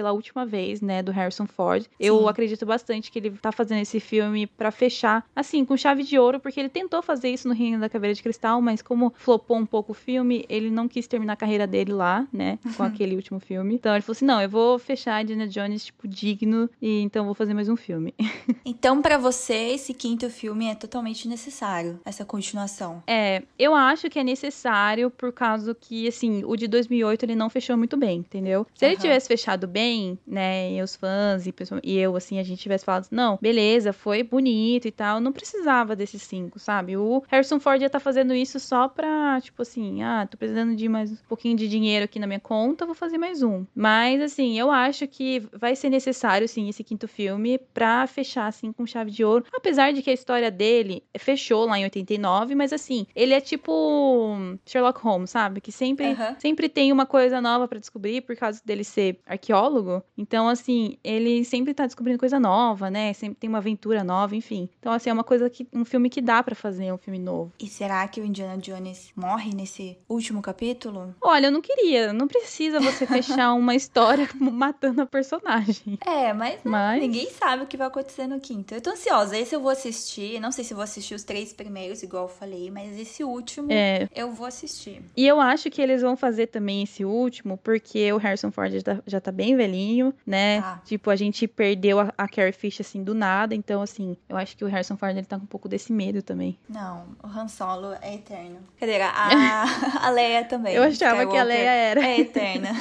pela última vez, né, do Harrison Ford. Sim. Eu acredito bastante que ele tá fazendo esse filme pra fechar, assim, com chave de ouro, porque ele tentou fazer isso no Reino da Caveira de Cristal, mas como flopou um pouco o filme, ele não quis terminar a carreira dele lá, né, com aquele último filme. Então ele falou assim, não, eu vou fechar a Indiana Jones, tipo, digno, e então vou fazer mais um filme. Então, pra você, esse quinto filme é totalmente necessário, essa continuação? É, eu acho que é necessário por causa que, assim, o de dois mil e oito ele não fechou muito bem, entendeu? Se uhum. ele tivesse fechado bem, né, e os fãs e, e eu, assim, a gente tivesse falado, não, beleza, foi bonito e tal, não precisava desses cinco, sabe? O Harrison Ford ia estar tá fazendo isso só pra, tipo assim, ah, tô precisando de mais um pouquinho de dinheiro aqui na minha conta, vou fazer mais um. Mas, assim, eu acho que vai ser necessário, sim, esse quinto filme pra fechar, assim, com chave de ouro. Apesar de que a história dele fechou lá em oitenta e nove, mas, assim, ele é tipo Sherlock Holmes, sabe? Que sempre, uhum. sempre tem uma coisa nova pra descobrir por causa dele ser arqueólogo. Então, assim, ele sempre tá descobrindo coisa nova, né? Sempre tem uma aventura nova, enfim. Então, assim, é uma coisa que... um filme que dá pra fazer, um filme novo. E será que o Indiana Jones morre nesse último capítulo? Olha, eu não queria. Não precisa você fechar uma história matando a personagem. É, mas, né, mas ninguém sabe o que vai acontecer no quinto. Eu tô ansiosa. Esse eu vou assistir. Não sei se eu vou assistir os três primeiros, igual eu falei, mas esse último é. eu vou assistir. E eu acho que eles vão fazer também esse último, porque o Harrison Ford já tá, já tá bem velhinho, né? Tá. Tipo, a gente perdeu a, a Carrie Fisher, assim, do nada. Então, assim, eu acho que o Harrison Ford, ele tá com um pouco desse medo também. Não, o Han Solo é eterno. Cadê? A, a Leia também. Eu achava Skywalker que a Leia era. É eterna.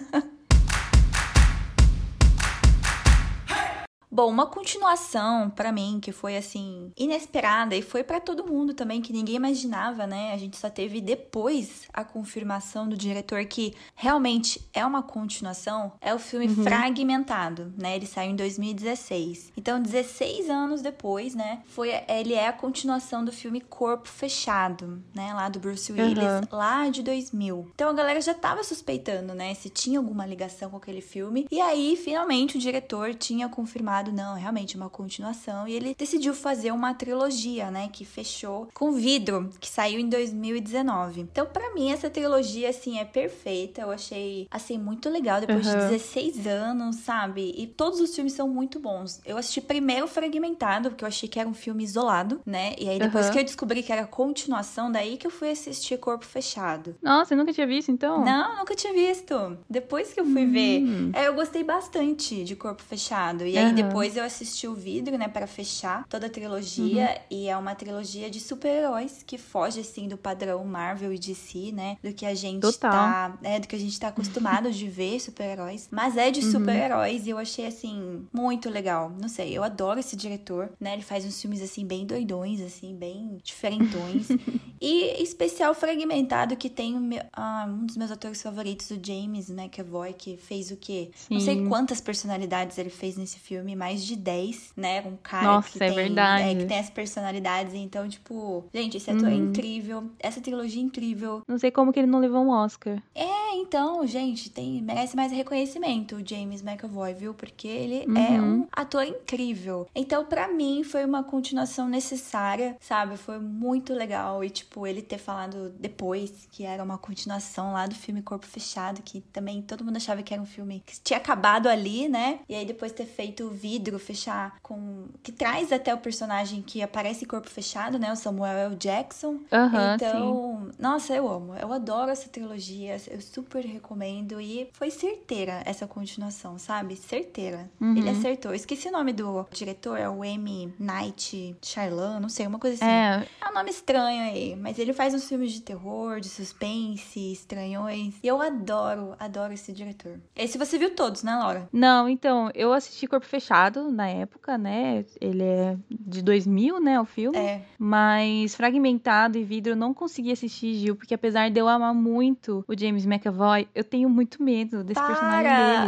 Bom, uma continuação pra mim que foi assim inesperada e foi pra todo mundo também, que ninguém imaginava, né? A gente só teve depois a confirmação do diretor que realmente é uma continuação, é o filme uhum. Fragmentado, né? Ele saiu em dois mil e dezesseis. Então, dezesseis anos depois, né? Foi, ele é a continuação do filme Corpo Fechado, né? Lá do Bruce Willis, uhum. lá de dois mil. Então, a galera já tava suspeitando, né? Se tinha alguma ligação com aquele filme. E aí, finalmente, o diretor tinha confirmado não, realmente uma continuação, e ele decidiu fazer uma trilogia, né, que fechou com Vidro, que saiu em dois mil e dezenove. Então, pra mim, essa trilogia, assim, é perfeita, eu achei, assim, muito legal, depois uhum. de dezesseis anos, sabe, e todos os filmes são muito bons. Eu assisti primeiro Fragmentado, porque eu achei que era um filme isolado, né, e aí depois uhum. que eu descobri que era continuação, daí que eu fui assistir Corpo Fechado. Nossa, você nunca tinha visto, então? Não, nunca tinha visto. Depois que eu fui hum. ver, é, eu gostei bastante de Corpo Fechado, e aí uhum. depois Depois eu assisti o Vidro, né, para fechar toda a trilogia, uhum. e é uma trilogia de super-heróis que foge, assim, do padrão Marvel e D C, né, do que a gente Total. tá, é, do que a gente tá acostumado de ver super-heróis, mas é de uhum. super-heróis, e eu achei, assim, muito legal. Não sei, eu adoro esse diretor, né, ele faz uns filmes, assim, bem doidões, assim, bem diferentões, e especial Fragmentado, que tem o meu, ah, um dos meus atores favoritos, o James McAvoy, que fez o quê? Sim. Não sei quantas personalidades ele fez nesse filme, mais de dez, né? Um cara Nossa, que, é tem, verdade. É, que tem as personalidades. Então, tipo, gente, esse ator uhum. é incrível. Essa trilogia é incrível. Não sei como que ele não levou um Oscar. É, então, gente, tem, merece mais reconhecimento o James McAvoy, viu? Porque ele uhum. é um ator incrível. Então, pra mim, foi uma continuação necessária, sabe? Foi muito legal. E, tipo, ele ter falado depois que era uma continuação lá do filme Corpo Fechado, que também todo mundo achava que era um filme que tinha acabado ali, né? E aí depois ter feito o Vidro, fechar com... que traz até o personagem que aparece em Corpo Fechado, né? O Samuel L. Jackson. Uhum, então, sim. Nossa, eu amo. Eu adoro essa trilogia. Eu super recomendo. E foi certeira essa continuação, sabe? Certeira. Uhum. Ele acertou. Eu esqueci o nome do diretor. É o M. Night Shyamalan, não sei, uma coisa assim. É. É um nome estranho aí. Mas ele faz uns filmes de terror, de suspense, estranhões. E eu adoro, adoro esse diretor. Esse você viu todos, né, Laura? Não, então, eu assisti Corpo Fechado na época, né? Ele é de dois mil, né, o filme. É. Mas Fragmentado e Vidro eu não consegui assistir, Gil, porque apesar de eu amar muito o James McAvoy, eu tenho muito medo desse Para! personagem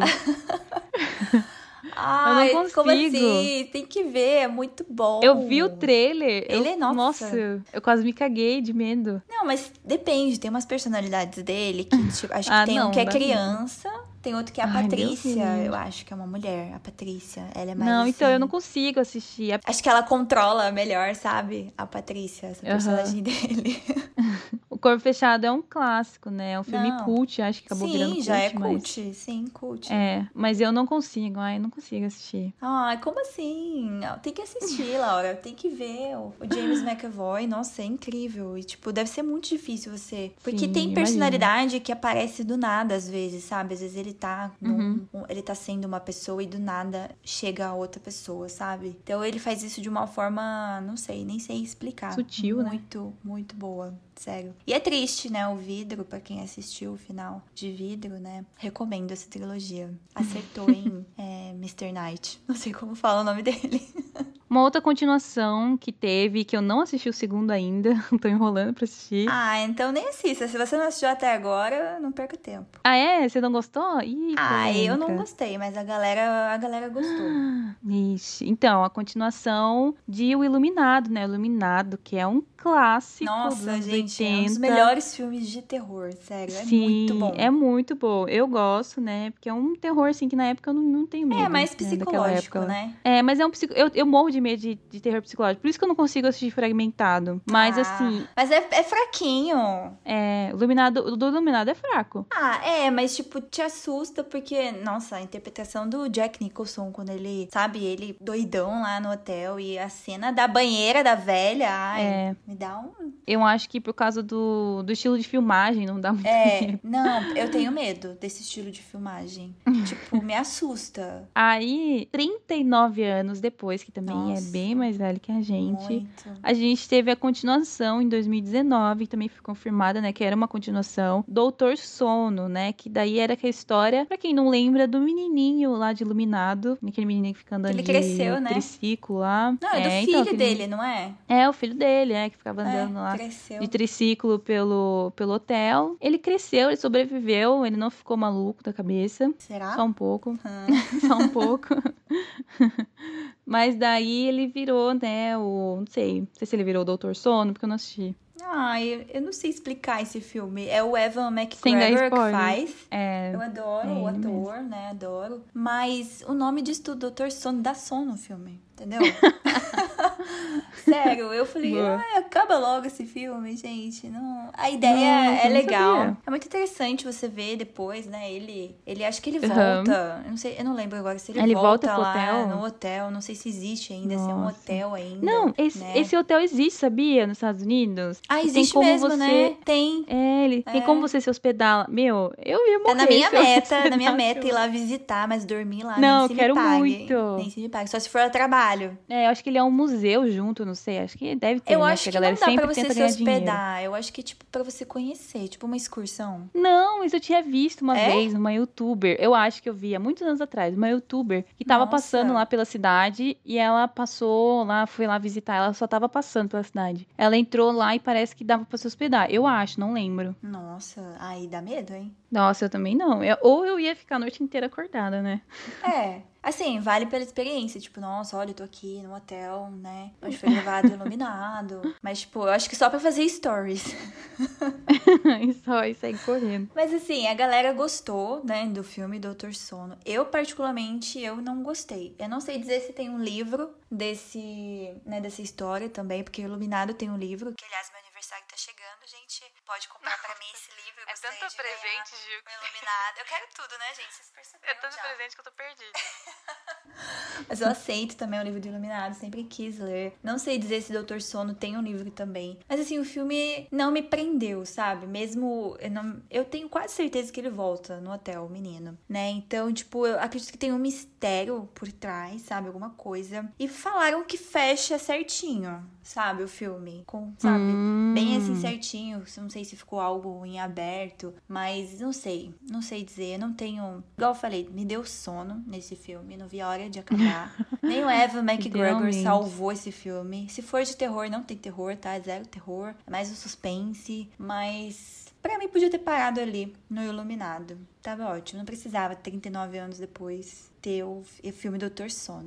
dele. Ai, eu não consigo. Como assim? Tem que ver, é muito bom. Eu vi o trailer. Ele eu, é nossa. Nossa, eu quase me caguei de medo. Não, mas depende, tem umas personalidades dele que, tipo, acho que ah, tem não, um que é dá criança, mesmo. Tem outro que é a Ai, Patrícia, eu acho que é uma mulher, a Patrícia, ela é mais Não, assim... então eu não consigo assistir. Acho que ela controla melhor, sabe? A Patrícia, essa personagem uhum. dele. Corpo Fechado é um clássico, né? É um filme Não. cult, acho que acabou Sim, virando cult. já é mas... cult. Sim, cult. É, mas eu não consigo, ai, eu não consigo assistir. Ai, como assim? Tem que assistir, Laura. Tem que ver o o James McAvoy. Nossa, é incrível. E, tipo, deve ser muito difícil você... Porque Sim, tem imagino. personalidade que aparece do nada, às vezes, sabe? Às vezes ele tá... num- Uhum. um- ele tá sendo uma pessoa e do nada chega a outra pessoa, sabe? Então ele faz isso de uma forma... Não sei, nem sei explicar. Sutil, né? Muito, muito boa. Sério. E é triste, né? O Vidro, pra quem assistiu o final de Vidro, né? Recomendo essa trilogia. Acertou em é, mister Knight. Não sei como fala o nome dele. Uma outra continuação que teve, que eu não assisti o segundo ainda, tô enrolando pra assistir. Ah, então nem assista. Se você não assistiu até agora, não perca tempo. Ah, é? Você não gostou? Ih, Ah, eu não polêmica. gostei, mas a galera, a galera gostou. Ixi. Então, a continuação de O Iluminado, né? O Iluminado, que é um clássico dos Nossa, anos gente, é um dos oitenta. melhores filmes de terror, sério. É Sim, muito bom. é muito bom. Eu gosto, né? Porque é um terror, assim, que na época eu não, não tenho medo. É mais né, daquela psicológico, época. né? É, mas é um psico... eu, eu morro de medo de, de terror psicológico. Por isso que eu não consigo assistir fragmentado. Mas, Ah, assim, Mas é, é fraquinho. é, o Iluminado, o do Iluminado é fraco. Ah, é, mas tipo, te assusta porque, nossa, a interpretação do Jack Nicholson quando ele, sabe, ele doidão lá no hotel e a cena da banheira da velha, ai, É. me dá um... Eu acho que por causa do, do estilo de filmagem não dá muito É, medo. não, eu tenho medo desse estilo de filmagem. Tipo, me assusta. Aí, trinta e nove anos depois, que também Nossa. é bem mais velho que a gente, Muito. a gente teve a continuação em dois mil e dezenove, que também foi confirmada, né, que era uma continuação, Doutor Sono, né, que daí era aquela história, pra quem não lembra, do menininho lá de Iluminado, aquele menininho que fica andando Ele de cresceu, né? triciclo lá. Não, é do então, filho aquele- dele, não é? É, o filho dele, é, que ficava andando É, lá cresceu. de triciclo pelo, pelo hotel. Ele cresceu, ele sobreviveu, ele não ficou maluco da cabeça. Será? Só um pouco. Hum. Só um pouco. Mas daí ele virou, né, o... Não sei, não sei se ele virou o Doutor Sono, porque eu não assisti. Ai, eu não sei explicar esse filme. É o Evan Sem dar McGregor que spoiler. faz. É, Eu adoro é o ele ator, né? Adoro. Mas o nome disso tudo, Doutor Sono, dá sono no filme. Entendeu? Sério, eu falei, Boa. ai, acaba logo esse filme, gente. Não... A ideia Nossa, é eu não legal. sabia. É muito interessante você ver depois, né? Ele, ele acho que ele Aham. volta. Eu não sei, eu não lembro agora se ele, Ele volta, volta pro lá hotel? no hotel. Não sei se existe ainda, se é um Nossa. hotel ainda. Não, esse, né? esse hotel existe, sabia? Nos Estados Unidos. Ah, E existe tem como mesmo, você... né? Tem. É, ele tem É. como você se hospedar lá. Meu, eu ia morrer. Tá na minha se eu meta, na minha hospedasse meta ir lá. lá visitar, mas dormir lá Não, nem se quero me pague. muito. Nem se me pague, só se for a trabalho. É, eu acho que ele é um museu junto, não sei. Acho que deve ter, Eu né? acho Porque que a não galera dá sempre pra você tenta se ganhar dinheiro. hospedar. Eu acho que é tipo pra você conhecer, tipo uma excursão. Não, mas eu tinha visto uma É? vez uma youtuber. Eu acho que eu vi há muitos anos atrás. Uma youtuber que tava Nossa. passando lá pela cidade e ela passou lá, foi lá visitar. Ela só tava passando pela cidade. Ela entrou lá e parece que dava pra se hospedar. Eu acho, não lembro. Nossa, aí dá medo, hein? Nossa, eu também não. Eu- ou eu ia ficar a noite inteira acordada, né? É. Assim, vale pela experiência. Tipo, nossa, olha, eu tô aqui no hotel, né? Onde foi gravado iluminado. Mas, tipo, eu acho que só pra fazer stories. e só e sair correndo. Mas assim, a galera gostou, né, do filme Doutor Sono. Eu, particularmente, eu não gostei. Eu não sei dizer se tem um livro desse, né, dessa história também, porque Iluminado tem um livro, que aliás, meu aniversário tá chegando, gente. Pode comprar pra mim esse livro. Eu gostaria de ganhar Gil. um Iluminado. Eu quero tudo, né, gente? Vocês perceberam já. que eu tô perdida. Mas eu aceito também o livro do Iluminado, sempre quis ler. Não sei dizer se Doutor Sono tem um livro também. Mas assim, o filme não me prendeu, sabe? Mesmo. Eu, não... eu tenho quase certeza que ele volta no hotel, o menino, né? Então, tipo, eu acredito que tem um mistério por trás, sabe? Alguma coisa. E falaram que fecha certinho, sabe? O filme. Com, sabe? Hum. Bem assim certinho. Não sei se ficou algo em aberto. Mas não sei. Não sei dizer. Eu não tenho. Igual eu falei, me deu sono nesse filme. Não vi a hora de acabar. Nem o Evan McGregor Literalmente. salvou esse filme. Se for de terror, não tem terror, tá? Zero terror. É mais um suspense. Mas pra mim podia ter parado ali no Iluminado. Tava ótimo. Não precisava, trinta e nove anos depois, ter o f- o filme Doutor Sono.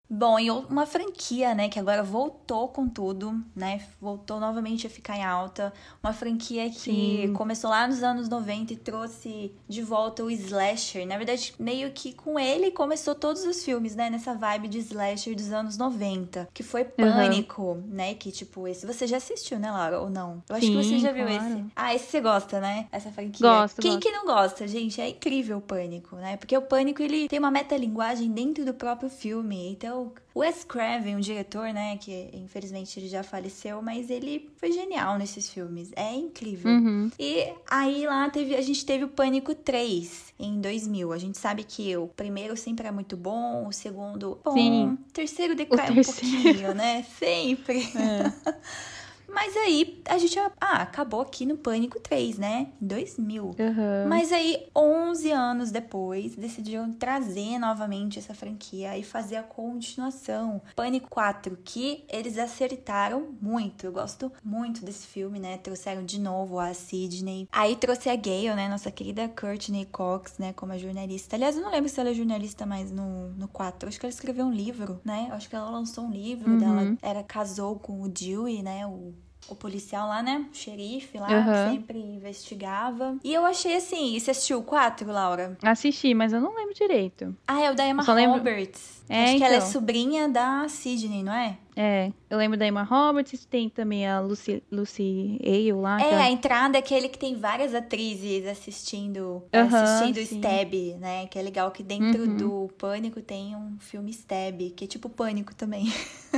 Bom, e uma franquia, né, que agora voltou com tudo, né, voltou novamente a ficar em alta. Uma franquia que Sim. começou lá nos anos noventa e trouxe de volta o slasher. Na verdade, meio que com ele começou todos os filmes, né, nessa vibe de slasher dos anos noventa, que foi Pânico, uhum. né, que tipo, esse você já assistiu, né, Laura, ou não? Eu acho Sim, que você já viu claro. esse. Ah, esse você gosta, né, essa franquia. Gosto, Quem gosto. que não gosta, gente? É incrível o Pânico, né, porque o Pânico, ele tem uma metalinguagem dentro do próprio filme, então o Wes Craven, o diretor, né, que infelizmente ele já faleceu, mas ele foi genial nesses filmes, é incrível. Uhum. E aí lá teve, a gente teve o Pânico três em dois mil, a gente sabe que o primeiro sempre é muito bom, o segundo bom, Sim. o terceiro decai um pouquinho, né, sempre. É. Mas aí, a gente, ah, acabou aqui no Pânico três, né? Em dois mil. Uhum. Mas aí, onze anos depois, decidiram trazer novamente essa franquia e fazer a continuação. Pânico quatro, que eles acertaram muito. Eu gosto muito desse filme, né? Trouxeram de novo a Sidney. Aí trouxe a Gale, né? Nossa querida Courtney Cox, né? Como a jornalista. Aliás, eu não lembro se ela é jornalista mais no, no quatro. Acho que ela escreveu um livro, né? Acho que ela lançou um livro uhum. dela. Era, casou com o Dewey, né? O O policial lá, né? O xerife lá, uhum. que sempre investigava. E eu achei assim... Você assistiu o quatro, Laura? Assisti, mas eu não lembro direito. Ah, é o da Emma lembro... Roberts. É, Acho então. que ela é sobrinha da Sidney, não é? É, eu lembro da Emma Roberts, tem também a Lucy, Lucy Hale lá. É, que... a entrada é aquele que tem várias atrizes assistindo, uhum, assistindo sim. Stab, né? Que é legal que dentro uhum. do Pânico tem um filme Stab, que é tipo Pânico também.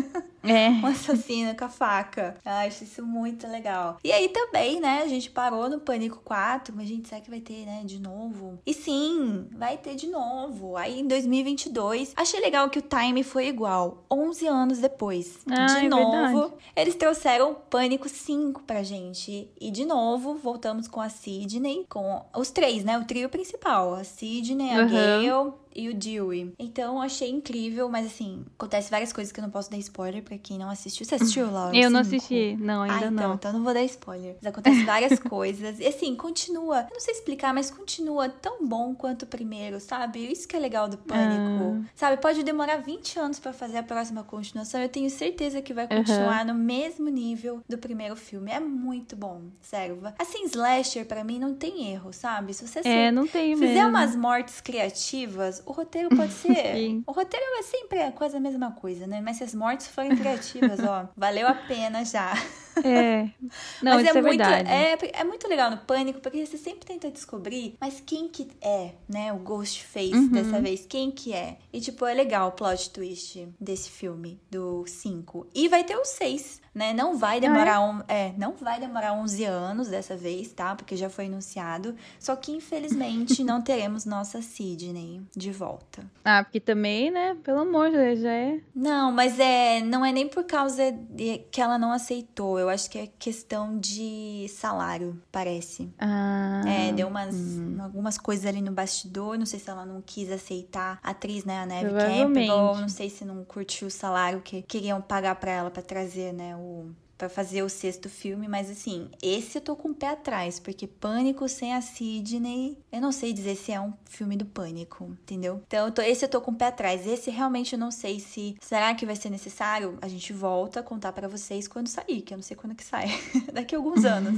É. Um assassino com a faca. Eu acho isso muito legal. E aí também, né, a gente parou no Pânico quatro, mas a gente sabe que vai ter, né, de novo. E sim, vai ter de novo. Aí em dois mil e vinte e dois, achei legal que o time foi igual. onze anos depois. Ah, de é novo, verdade. eles trouxeram Pânico cinco pra gente. E de novo, voltamos com a Sidney, com os três, né, o trio principal. A Sidney, a uhum. Gale e o Dewey. Então, achei incrível, mas assim, acontece várias coisas que eu não posso dar spoiler pra quem não assistiu. Você assistiu, Laura? Eu não Cinco? assisti, não, ainda ah, então, não. Então eu não vou dar spoiler. Mas acontece várias coisas. E assim, continua, eu não sei explicar, mas continua tão bom quanto o primeiro, sabe? Isso que é legal do Pânico. Ah. Sabe, pode demorar vinte anos pra fazer a próxima continuação. Eu tenho certeza que vai continuar uhum. no mesmo nível do primeiro filme. É muito bom, sério. Assim, slasher pra mim não tem erro, sabe? Se você é, não tem fizer mesmo. umas mortes criativas, o roteiro pode ser... o roteiro é sempre quase a mesma coisa, né? Mas se as mortes forem criativas, ó, valeu a pena já. É. Não, mas isso é, é muito, verdade. É, é muito legal no Pânico, porque você sempre tenta descobrir, mas quem que é, né? O Ghostface uhum. dessa vez, quem que é? E, tipo, é legal o plot twist desse filme, do cinco. E vai ter o seis, né? Não vai demorar... Ah, é? Um, é, não vai demorar onze anos dessa vez, tá? Porque já foi anunciado. Só que, infelizmente, não teremos nossa Sidney de volta. Ah, porque também, né? Pelo amor de Deus, já é... Não, mas é, não é nem por causa de que ela não aceitou. Eu acho que é questão de salário, parece. Ah, é, deu umas, hum. algumas coisas ali no bastidor. Não sei se ela não quis aceitar a atriz, né? A Neve Provavelmente. Campbell. Não sei se não curtiu o salário que queriam pagar pra ela pra trazer, né? O... pra fazer o sexto filme, mas assim, esse eu tô com o pé atrás, porque Pânico sem a Sidney, eu não sei dizer se é um filme do Pânico, entendeu? Então, eu tô, esse eu tô com o pé atrás, esse realmente eu não sei se, será que vai ser necessário? A gente volta a contar pra vocês quando sair, que eu não sei quando que sai, daqui a alguns anos.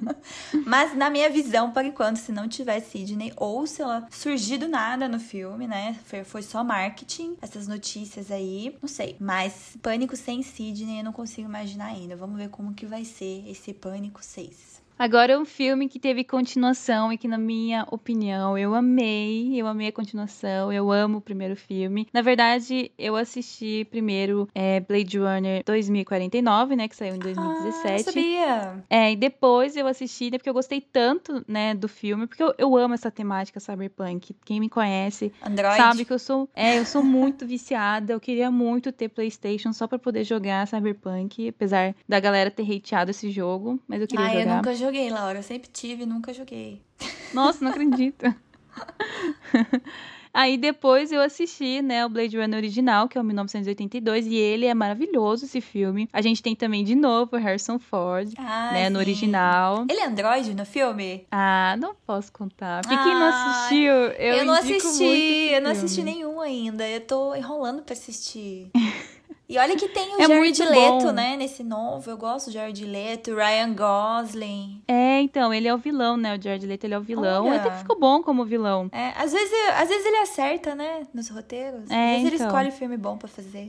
Mas na minha visão, por enquanto, se não tiver Sidney, ou se ela surgir do nada no filme, né, foi, foi só marketing, essas notícias aí, não sei, mas Pânico sem Sidney eu não consigo imaginar ainda. Vamos ver como que vai ser esse Pânico seis. Agora, um filme que teve continuação e que, na minha opinião, eu amei. Eu amei a continuação. Eu amo o primeiro filme. Na verdade, eu assisti primeiro é, Blade Runner dois mil e quarenta e nove, né? Que saiu em dois mil e dezessete. Ah, eu sabia! É, e depois eu assisti, né? Porque eu gostei tanto, né, do filme. Porque eu, eu amo essa temática cyberpunk. Quem me conhece Android. sabe que eu sou... É, eu sou muito viciada. Eu queria muito ter PlayStation só pra poder jogar cyberpunk. Apesar da galera ter hateado esse jogo. Mas eu queria ah, jogar. eu nunca joguei, Laura. Eu sempre tive, nunca joguei. Nossa, não acredito. Aí depois eu assisti, né, o Blade Runner original, que é o mil novecentos e oitenta e dois, e ele é maravilhoso, esse filme. A gente tem também, de novo, o Harrison Ford, Ah, né, no sim. original. Ele é androide no filme? Ah, não posso contar. Porque quem não Ah, assistiu, eu, eu não indico assisti, muito esse eu não assisti filme. nenhum ainda. Eu tô enrolando pra assistir. E olha que tem o É Jared muito Leto, bom. né, nesse novo. Eu gosto do Jared Leto, Ryan Gosling. É, então, ele é o vilão, né? O Jared Leto, ele é o vilão. Até que Olha, ficou bom como vilão. é, às vezes, às vezes ele acerta, né, nos roteiros. Às É, vezes ele então. escolhe filme bom pra fazer.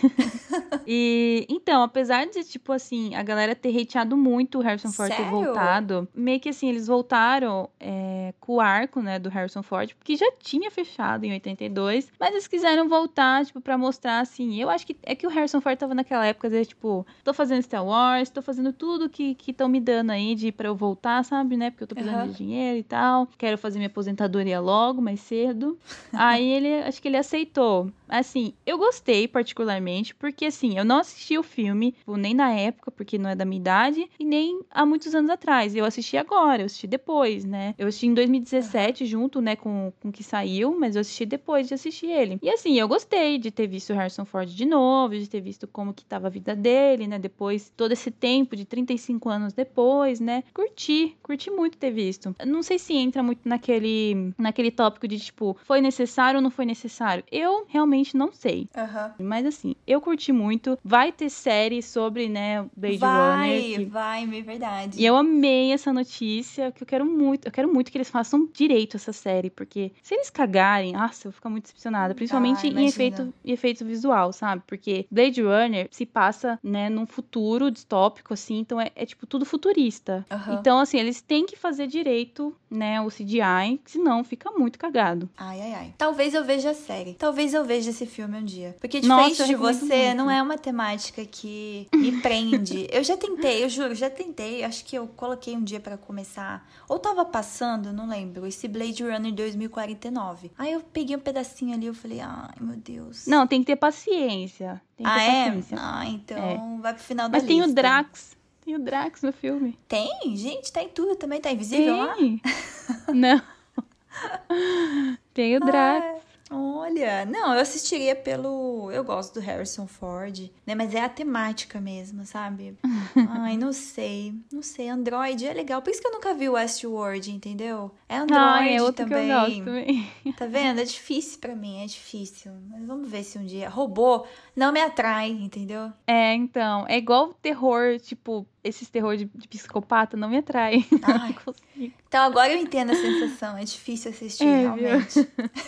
E, então, apesar de, tipo assim, a galera ter hateado muito o Harrison Ford ter Sério? voltado, meio que assim, eles voltaram é, com o arco, né, do Harrison Ford, porque já tinha fechado em oitenta e dois, mas eles quiseram voltar, tipo, pra mostrar, assim, eu acho que é que o Harrison Ford tava naquela época, às vezes, tipo, tô fazendo Star Wars, tô fazendo tudo que estão me dando aí de pra eu voltar, sabe, né, porque eu tô precisando Aham. de dinheiro e tal, quero fazer minha aposentadoria logo, mais cedo. Aí ele, acho que ele aceitou. Assim, eu gostei particularmente, porque assim, eu não assisti o filme, tipo, nem na época, porque não é da minha idade, e nem há muitos anos atrás. Eu assisti agora, eu assisti depois, né? Eu assisti em dois mil e dezessete, junto, né, com o que saiu, mas eu assisti depois de assistir ele. E assim, eu gostei de ter visto o Harrison Ford de novo, de ter visto como que tava a vida dele, né? Depois, todo esse tempo, de trinta e cinco anos depois, né? Curti, curti muito ter visto. Eu não sei se entra muito naquele, naquele tópico de, tipo, foi necessário ou não foi necessário. Eu realmente não sei. Aham. Mas assim, eu curti muito. Vai ter série sobre, né, Blade Vai, Runner. Que... vai, é verdade. E eu amei essa notícia, que eu quero muito, eu quero muito que eles façam direito essa série, porque se eles cagarem, nossa, eu vou ficar muito decepcionada, principalmente Ah, em imagina. efeito, em efeito visual, sabe? Porque Blade Runner se passa, né, num futuro distópico, assim, então é, é tipo tudo futurista. Aham. Então, assim, eles têm que fazer direito, né, o C G I, senão fica muito cagado. Ai, ai, ai. Talvez eu veja a série. Talvez eu veja esse filme um dia. Porque Nossa, diferente eu de recomendo você, muito. não é uma temática que me prende. Eu já tentei, eu juro, já tentei. Acho que eu coloquei um dia pra começar. Ou tava passando, não lembro. Esse Blade Runner dois mil e quarenta e nove. Aí eu peguei um pedacinho ali e eu falei, ai, meu Deus. Não, tem que ter paciência. Tem que ah, ter é? paciência. Ah, então É. vai pro final da Mas lista. tem o Drax. Tem o Drax no filme. Tem? Gente, tá em tudo também. Tá invisível lá? Tem. Não. Tem o Drax. Ah, olha, não, eu assistiria pelo... Eu gosto do Harrison Ford, né? Mas é a temática mesmo, sabe? Ai, não sei. Não sei, Android é legal. Por isso que eu nunca vi o Westworld, entendeu? É Android Ah, é outro também. que eu gosto também. Tá vendo? É difícil pra mim, é difícil. Mas vamos ver se um dia... Robô não me atrai, entendeu? É, então. É igual terror, tipo, esses terror de, de psicopata não me atraem. Ai. Não consigo. Então agora eu entendo a sensação. É difícil assistir, É, realmente.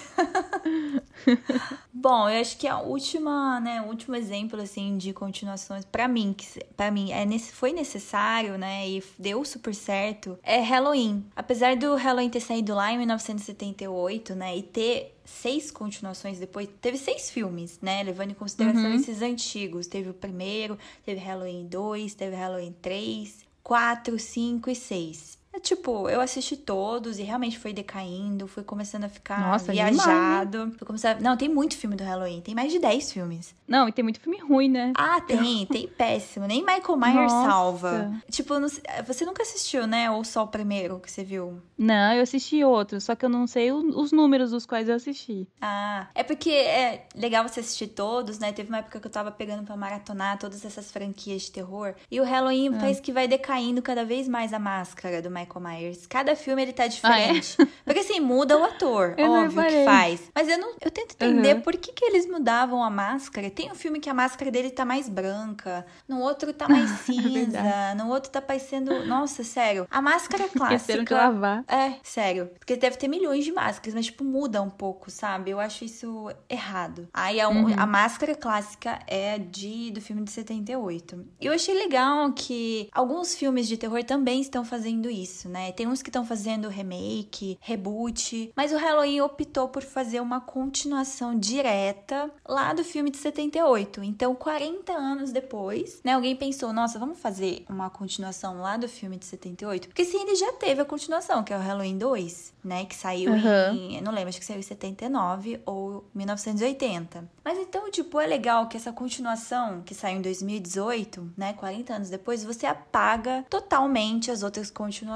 Bom, eu acho que a última, né, o último exemplo assim de continuações pra mim, que para mim é nesse foi necessário, né, e deu super certo, é Halloween. Apesar do Halloween ter saído lá em mil novecentos e setenta e oito, né, e ter seis continuações depois, teve seis filmes, né, levando em consideração Uhum. esses antigos. Teve o primeiro, teve Halloween dois, teve Halloween três, quatro, cinco e seis. É tipo, eu assisti todos e realmente foi decaindo, foi começando a ficar Nossa, viajado. Foi começando a... Não, tem muito filme do Halloween, tem mais de dez filmes. Não, e tem muito filme ruim, né? Ah, tem, tem péssimo. Nem Michael Myers Nossa. salva. Tipo, não sei- você nunca assistiu, né? Ou só o primeiro que você viu? Não, eu assisti outros, só que eu não sei o- os números dos quais eu assisti. Ah, é porque é legal você assistir todos, né? Teve uma época que eu tava pegando pra maratonar todas essas franquias de terror. E o Halloween Ah. faz que vai decaindo cada vez mais a máscara do Michael Myers. Cada filme ele tá Ah, é? diferente. Porque assim, muda o ator, Eu não óbvio que reparei. faz. Mas eu não, eu tento entender Uhum. por que que eles mudavam a máscara. Tem um filme que a máscara dele tá mais branca, no outro tá mais cinza, verdade. no outro tá parecendo... Nossa, sério. A máscara Esqueceram de clássica... lavar. É, sério. Porque deve ter milhões de máscaras, mas, tipo, muda um pouco, sabe? Eu acho isso errado. Aí a, Uhum. a máscara clássica é de do filme de setenta e oito. E eu achei legal que alguns filmes de terror também estão fazendo isso, né? Tem uns que estão fazendo remake, reboot, mas o Halloween optou por fazer uma continuação direta lá do filme de setenta e oito. Então, quarenta anos depois, né? Alguém pensou, nossa, vamos fazer uma continuação lá do filme de setenta e oito? Porque sim, ele já teve a continuação, que é o Halloween dois, né? Que saiu Uhum. em... Eu não lembro, acho que saiu em setenta e nove ou mil novecentos e oitenta. Mas então, tipo, é legal que essa continuação, que saiu em dois mil e dezoito, né? quarenta anos depois, você apaga totalmente as outras continuações.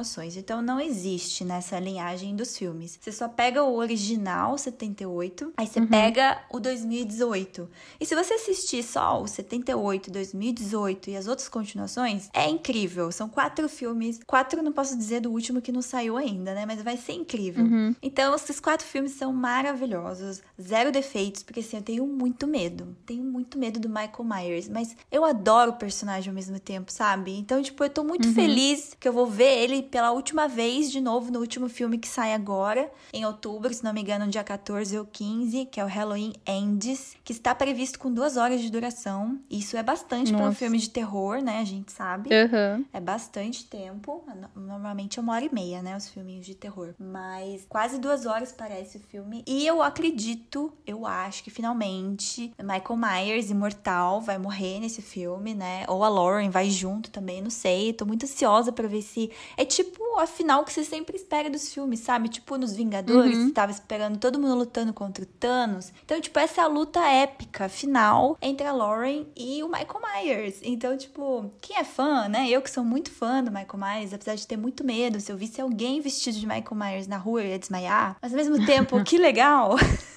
continuações. Então não existe nessa linhagem dos filmes. Você só pega o original, setenta e oito, aí você uhum. pega o dois mil e dezoito. E se você assistir só o setenta e oito, dois mil e dezoito e as outras continuações, é incrível. São quatro filmes. Quatro não posso dizer do último que não saiu ainda, né? Mas vai ser incrível. Uhum. Então, esses quatro filmes são maravilhosos. Zero defeitos, porque assim, eu tenho muito medo. Tenho muito medo do Michael Myers. Mas eu adoro o personagem ao mesmo tempo, sabe? Então, tipo, eu tô muito uhum. feliz que eu vou ver ele pela última vez de novo no último filme que sai agora, em outubro, se não me engano, dia quatorze ou quinze, que é o Halloween Ends, que está previsto com duas horas de duração. Isso é bastante para um filme de terror, né? A gente sabe. Uhum. É bastante tempo. Normalmente é uma hora e meia, né? Os filminhos de terror. Mas quase duas horas parece o filme. E eu acredito, eu acho que finalmente Michael Myers, imortal, vai morrer nesse filme, né? Ou a Lauren vai junto também, não sei. Tô muito ansiosa pra ver se... É tipo a final que você sempre espera dos filmes, sabe? Tipo nos Vingadores, uhum. você tava esperando todo mundo lutando contra o Thanos. Então, tipo, essa é a luta épica final entre a Lauren e o Michael Myers. Então, tipo, quem é fã, né? Eu que sou muito fã do Michael Myers, apesar de ter muito medo, se eu visse alguém vestido de Michael Myers na rua, eu ia desmaiar. Mas, ao mesmo tempo, que legal!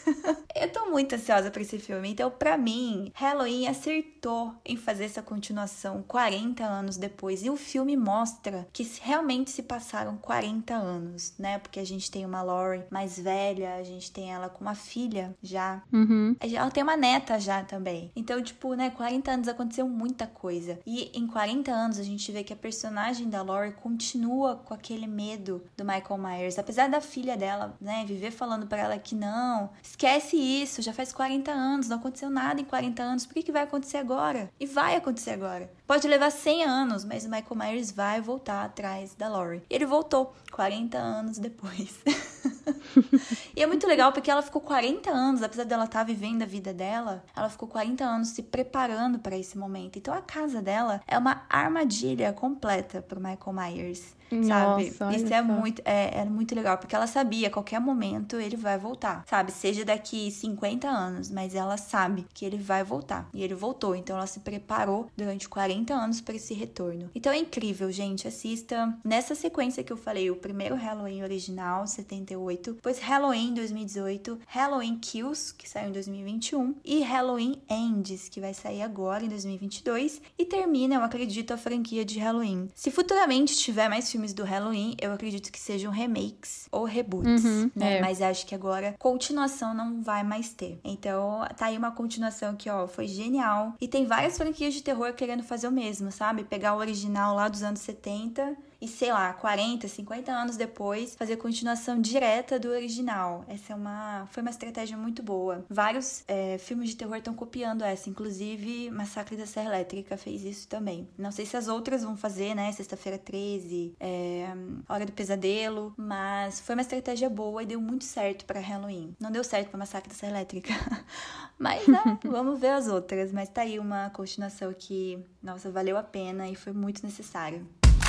Eu tô muito ansiosa pra esse filme. Então, pra mim, Halloween acertou em fazer essa continuação quarenta anos depois. E o filme mostra que realmente se passaram quarenta anos, né? Porque a gente tem uma Lauren mais velha, a gente tem ela com uma filha já. Uhum. Ela tem uma neta já também. Então, tipo, né, quarenta anos aconteceu muita coisa. E em quarenta anos a gente vê que a personagem da Lauren continua com aquele medo do Michael Myers. Apesar da filha dela, né, viver falando pra ela que não, esquece isso, já faz quarenta anos, não aconteceu nada em quarenta anos, por que que vai acontecer agora? E vai acontecer agora. Pode levar cem anos, mas o Michael Myers vai voltar atrás da Lauren. E ele voltou quarenta anos depois. E é muito legal porque ela ficou quarenta anos, apesar dela estar vivendo a vida dela, ela ficou quarenta anos se preparando para esse momento. Então a casa dela é uma armadilha completa para o Michael Myers. Sabe? Nossa, Isso é muito, é, é muito legal, porque ela sabia, a qualquer momento ele vai voltar, sabe? Seja daqui cinquenta anos, mas ela sabe que ele vai voltar. E ele voltou, então ela se preparou durante quarenta anos para esse retorno. Então é incrível, gente, assista nessa sequência que eu falei, o primeiro Halloween original, setenta e oito, depois Halloween dois mil e dezoito, Halloween Kills, que saiu em dois mil e vinte e um, e Halloween Ends, que vai sair agora em dois mil e vinte e dois, e termina, eu acredito, a franquia de Halloween. Se futuramente tiver mais filmes do Halloween, eu acredito que sejam remakes ou reboots, uhum, né? É. Mas acho que agora continuação não vai mais ter. Então, tá aí uma continuação que, ó, foi genial. E tem várias franquias de terror querendo fazer o mesmo, sabe? Pegar o original lá dos anos setenta e, sei lá, quarenta, cinquenta anos depois, fazer continuação direta do original. Essa é uma... foi uma estratégia muito boa. Vários é, filmes de terror estão copiando essa, inclusive Massacre da Serra Elétrica fez isso também. Não sei se as outras vão fazer, né? Sexta-feira treze, é, Hora do Pesadelo, mas foi uma estratégia boa e deu muito certo pra Halloween. Não deu certo pra Massacre da Serra Elétrica, mas, né, vamos ver as outras. Mas tá aí uma continuação que, nossa, valeu a pena e foi muito necessário.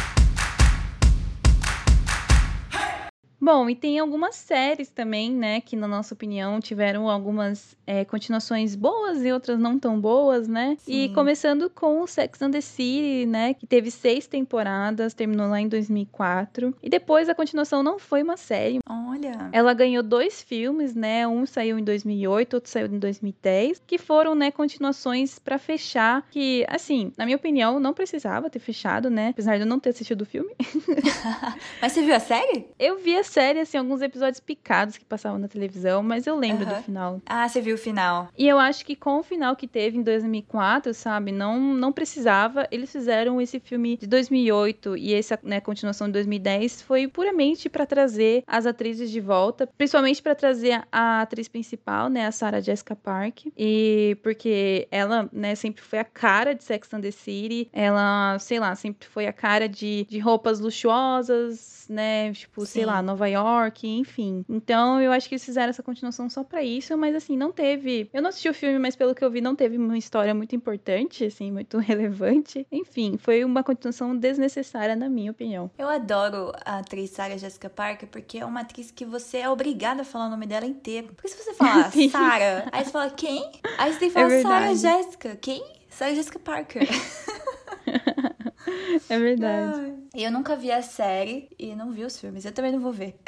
Bom, e tem algumas séries também, né, que na nossa opinião tiveram algumas é, continuações boas e outras não tão boas, né? Sim. E começando com o Sex and the City, né, que teve seis temporadas, terminou lá em dois mil e quatro. E depois a continuação não foi uma série. Olha! Ela ganhou dois filmes, né? Um saiu em dois mil e oito, outro saiu em dois mil e dez, que foram, né, continuações pra fechar, que, assim, na minha opinião, não precisava ter fechado, né? Apesar de eu não ter assistido o filme. Mas você viu a série? Eu vi a série, assim, alguns episódios picados que passavam na televisão, mas eu lembro Uhum. do final. Ah, você viu o final. E eu acho que com o final que teve em dois mil e quatro, sabe, não, não precisava. Eles fizeram esse filme de dois mil e oito e essa, né, continuação de dois mil e dez foi puramente pra trazer as atrizes de volta, principalmente pra trazer a atriz principal, né, a Sarah Jessica Parker, e porque ela, né, sempre foi a cara de Sex and the City, ela, sei lá, sempre foi a cara de, de roupas luxuosas, né, tipo, Sim. sei lá, Nova York, enfim. Então, eu acho que eles fizeram essa continuação só pra isso, mas assim, não teve... Eu não assisti o filme, mas pelo que eu vi, não teve uma história muito importante, assim, muito relevante. Enfim, foi uma continuação desnecessária, na minha opinião. Eu adoro a atriz Sarah Jessica Parker, porque é uma atriz que você é obrigada a falar o nome dela inteiro. Porque se você falar Sarah, aí você fala, quem? Aí você tem que falar É Sarah verdade. Jessica. Quem? Sarah Jessica Parker. É verdade. Ai. Eu nunca vi a série e não vi os filmes. Eu também não vou ver.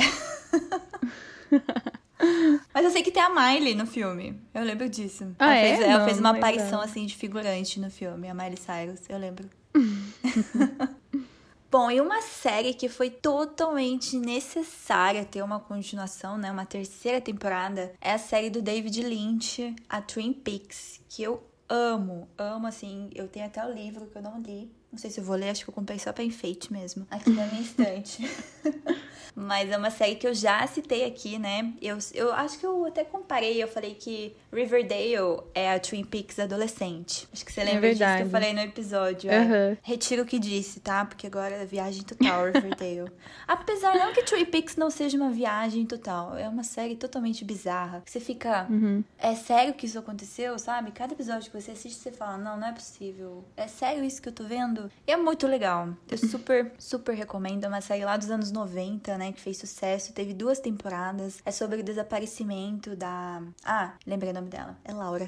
Mas eu sei que tem a Miley no filme. Eu lembro disso. Ah, ela é? fez, ela Não, fez não uma aparição, lembrava. assim, de figurante no filme. A Miley Cyrus, eu lembro. Bom, e uma série que foi totalmente necessária ter uma continuação, né? Uma terceira temporada, é a série do David Lynch, a Twin Peaks, que eu amo, amo, assim. Eu tenho até o livro que eu não li. Não sei se eu vou ler, acho que eu comprei só pra enfeite mesmo, aqui na minha estante. Mas é uma série que eu já citei aqui, né? Eu, eu acho que eu até comparei, eu falei que Riverdale é a Twin Peaks adolescente. Acho que você lembra É disso que verdade. eu falei no episódio. Uhum. É. Retiro o que disse, tá? Porque agora é viagem total, Riverdale. Apesar não que Twin Peaks não seja uma viagem total, é uma série totalmente bizarra. Você fica, Uhum. é sério que isso aconteceu, sabe? Cada episódio que você assiste, você fala, não, não é possível. É sério isso que eu tô vendo? E é muito legal. Eu super, super recomendo. É uma série lá dos anos noventa, né? Que fez sucesso. Teve duas temporadas. É sobre o desaparecimento da... Ah, lembrei o nome dela. É Laura.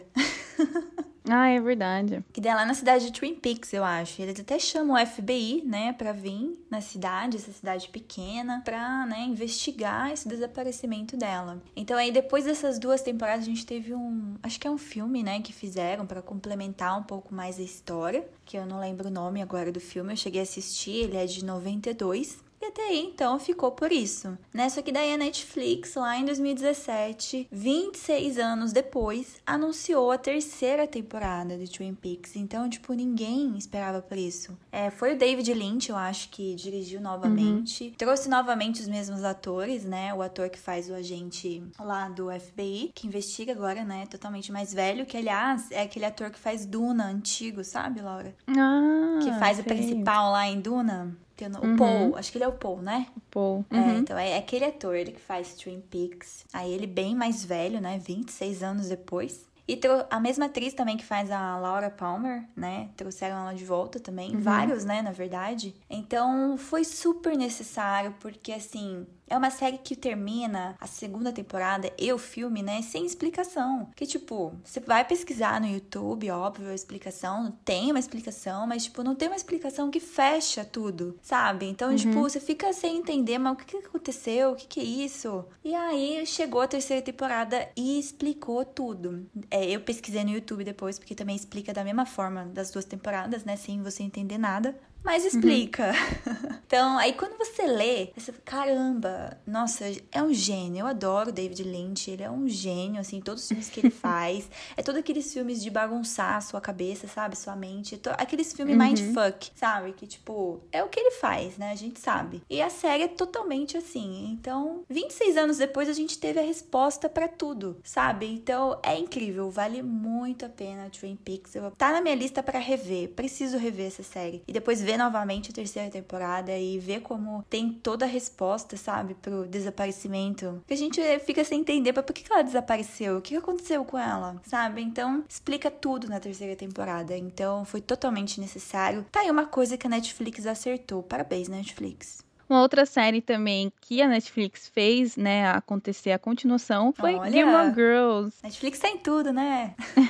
Ah, é verdade. Que daí é lá na cidade de Twin Peaks, eu acho. Eles até chamam o F B I, né, pra vir na cidade, essa cidade pequena, pra, né, investigar esse desaparecimento dela. Então aí, depois dessas duas temporadas, a gente teve um... Acho que é um filme, né, que fizeram pra complementar um pouco mais a história, que eu não lembro o nome agora do filme. Eu cheguei a assistir, ele é de noventa e dois. E até aí, então, ficou por isso, né? Só que daí a Netflix, lá em dois mil e dezessete, vinte e seis anos depois, anunciou a terceira temporada de Twin Peaks. Então, tipo, ninguém esperava por isso. É, foi o David Lynch, eu acho, que dirigiu novamente. Uhum. Trouxe novamente os mesmos atores, né? O ator que faz o agente lá do F B I, que investiga agora, né? Totalmente mais velho, que, aliás, é aquele ator que faz Duna, antigo, sabe, Laura? Ah, Que faz sei. o principal lá em Duna. O Uhum. Paul, acho que ele é o Paul, né? O Paul. É, Uhum. então é aquele ator, ele que faz Twin Peaks. Aí ele bem mais velho, né? vinte e seis anos depois. E a mesma atriz também que faz a Laura Palmer, né? Trouxeram ela de volta também. Uhum. Vários, né? Na verdade. Então foi super necessário, porque assim... É uma série que termina a segunda temporada e o filme, né, sem explicação. Que, tipo, você vai pesquisar no YouTube, óbvio, a explicação, tem uma explicação, mas, tipo, não tem uma explicação que fecha tudo, sabe? Então, uhum. tipo, você fica sem entender, mas o que, que aconteceu? O que, que é isso? E aí, chegou a terceira temporada e explicou tudo. É, eu pesquisei no YouTube depois, porque também explica da mesma forma das duas temporadas, né, sem você entender nada. Mas explica. Uhum. Então, aí quando você lê, você fala, caramba, nossa, é um gênio. Eu adoro o David Lynch, ele é um gênio, assim, todos os filmes que ele faz. É todos aqueles filmes de bagunçar a sua cabeça, sabe, sua mente. Aqueles filmes uhum. mindfuck, sabe, que tipo, é o que ele faz, né, a gente sabe. E a série é totalmente assim. Então, vinte e seis anos depois, a gente teve a resposta pra tudo, sabe? Então, é incrível, vale muito a pena Twin Peaks. Eu, tá na minha lista pra rever, preciso rever essa série. E depois ver novamente a terceira temporada e ver como tem toda a resposta, sabe, pro desaparecimento. Porque a gente fica sem entender, mas por que ela desapareceu? O que aconteceu com ela, sabe? Então, explica tudo na terceira temporada. Então, foi totalmente necessário. Tá aí uma coisa que a Netflix acertou. Parabéns, Netflix. Uma outra série também que a Netflix fez, né, acontecer a continuação foi Olha, Gilmore Girls. Netflix tem tudo, né?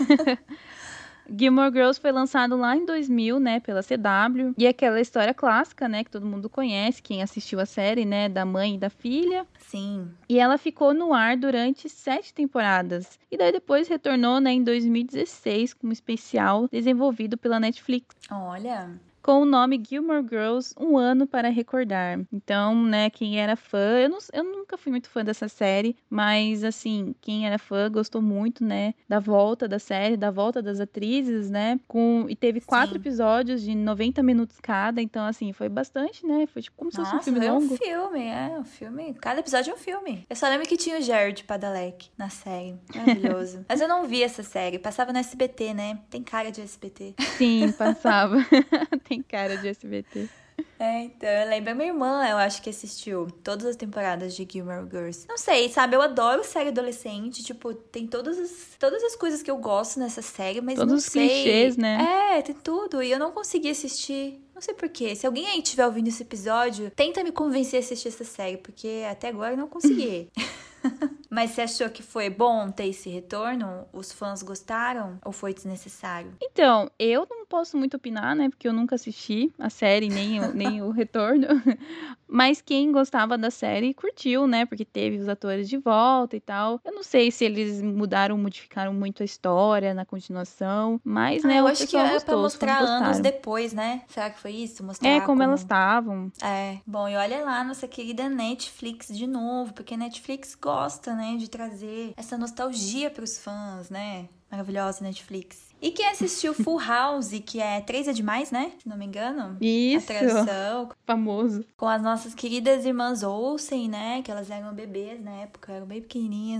Gilmore Girls foi lançado lá em dois mil, né, pela C W. E aquela história clássica, né, que todo mundo conhece, quem assistiu a série, né, da mãe e da filha. Sim. E ela ficou no ar durante sete temporadas. E daí depois retornou, né, em dois mil e dezesseis, como especial desenvolvido pela Netflix. Olha... Com o nome Gilmore Girls, Um Ano para Recordar. Então, né, quem era fã... Eu, não, eu nunca fui muito fã dessa série, mas, assim, quem era fã gostou muito, né, da volta da série, da volta das atrizes, né, com, e teve quatro Sim. episódios de noventa minutos cada, então, assim, foi bastante, né, foi tipo como se fosse um filme longo. Nossa, é um filme, é um filme, cada episódio é um filme. Eu só lembro que tinha o Jared Padalecki na série, maravilhoso. Mas eu não vi essa série, passava no S B T, né, tem cara de S B T. Sim, passava. Tem cara de S B T. É, então, eu lembro a minha irmã, eu acho que assistiu todas as temporadas de Gilmore Girls. Não sei, sabe, eu adoro série adolescente, tipo, tem todas as, todas as coisas que eu gosto nessa série, mas todos não os sei. clichês, né? É, tem tudo, e eu não consegui assistir. Não sei porquê. Se alguém aí estiver ouvindo esse episódio, tenta me convencer a assistir essa série, porque até agora eu não consegui. Mas você achou que foi bom ter esse retorno? Os fãs gostaram? Ou foi desnecessário? Então, eu não posso muito opinar, né? Porque eu nunca assisti a série, nem o, nem o retorno. Mas quem gostava da série curtiu, né? Porque teve os atores de volta e tal. Eu não sei se eles mudaram, modificaram muito a história na continuação. Mas, ah, né, eu o acho que pessoal é gostou, pra mostrar os fãs anos gostaram. depois, né? Será que foi isso? Mostrar É, como, elas estavam. É. Bom, e olha lá nossa querida Netflix de novo, porque a Netflix gosta, né, de trazer essa nostalgia pros fãs, né? Maravilhosa Netflix. E quem assistiu Full House, que é três é demais, né? Se não me engano. Isso. A tradução. Famoso. Com as nossas queridas irmãs Olsen, né? Que elas eram bebês na época, eram bem pequenininhas.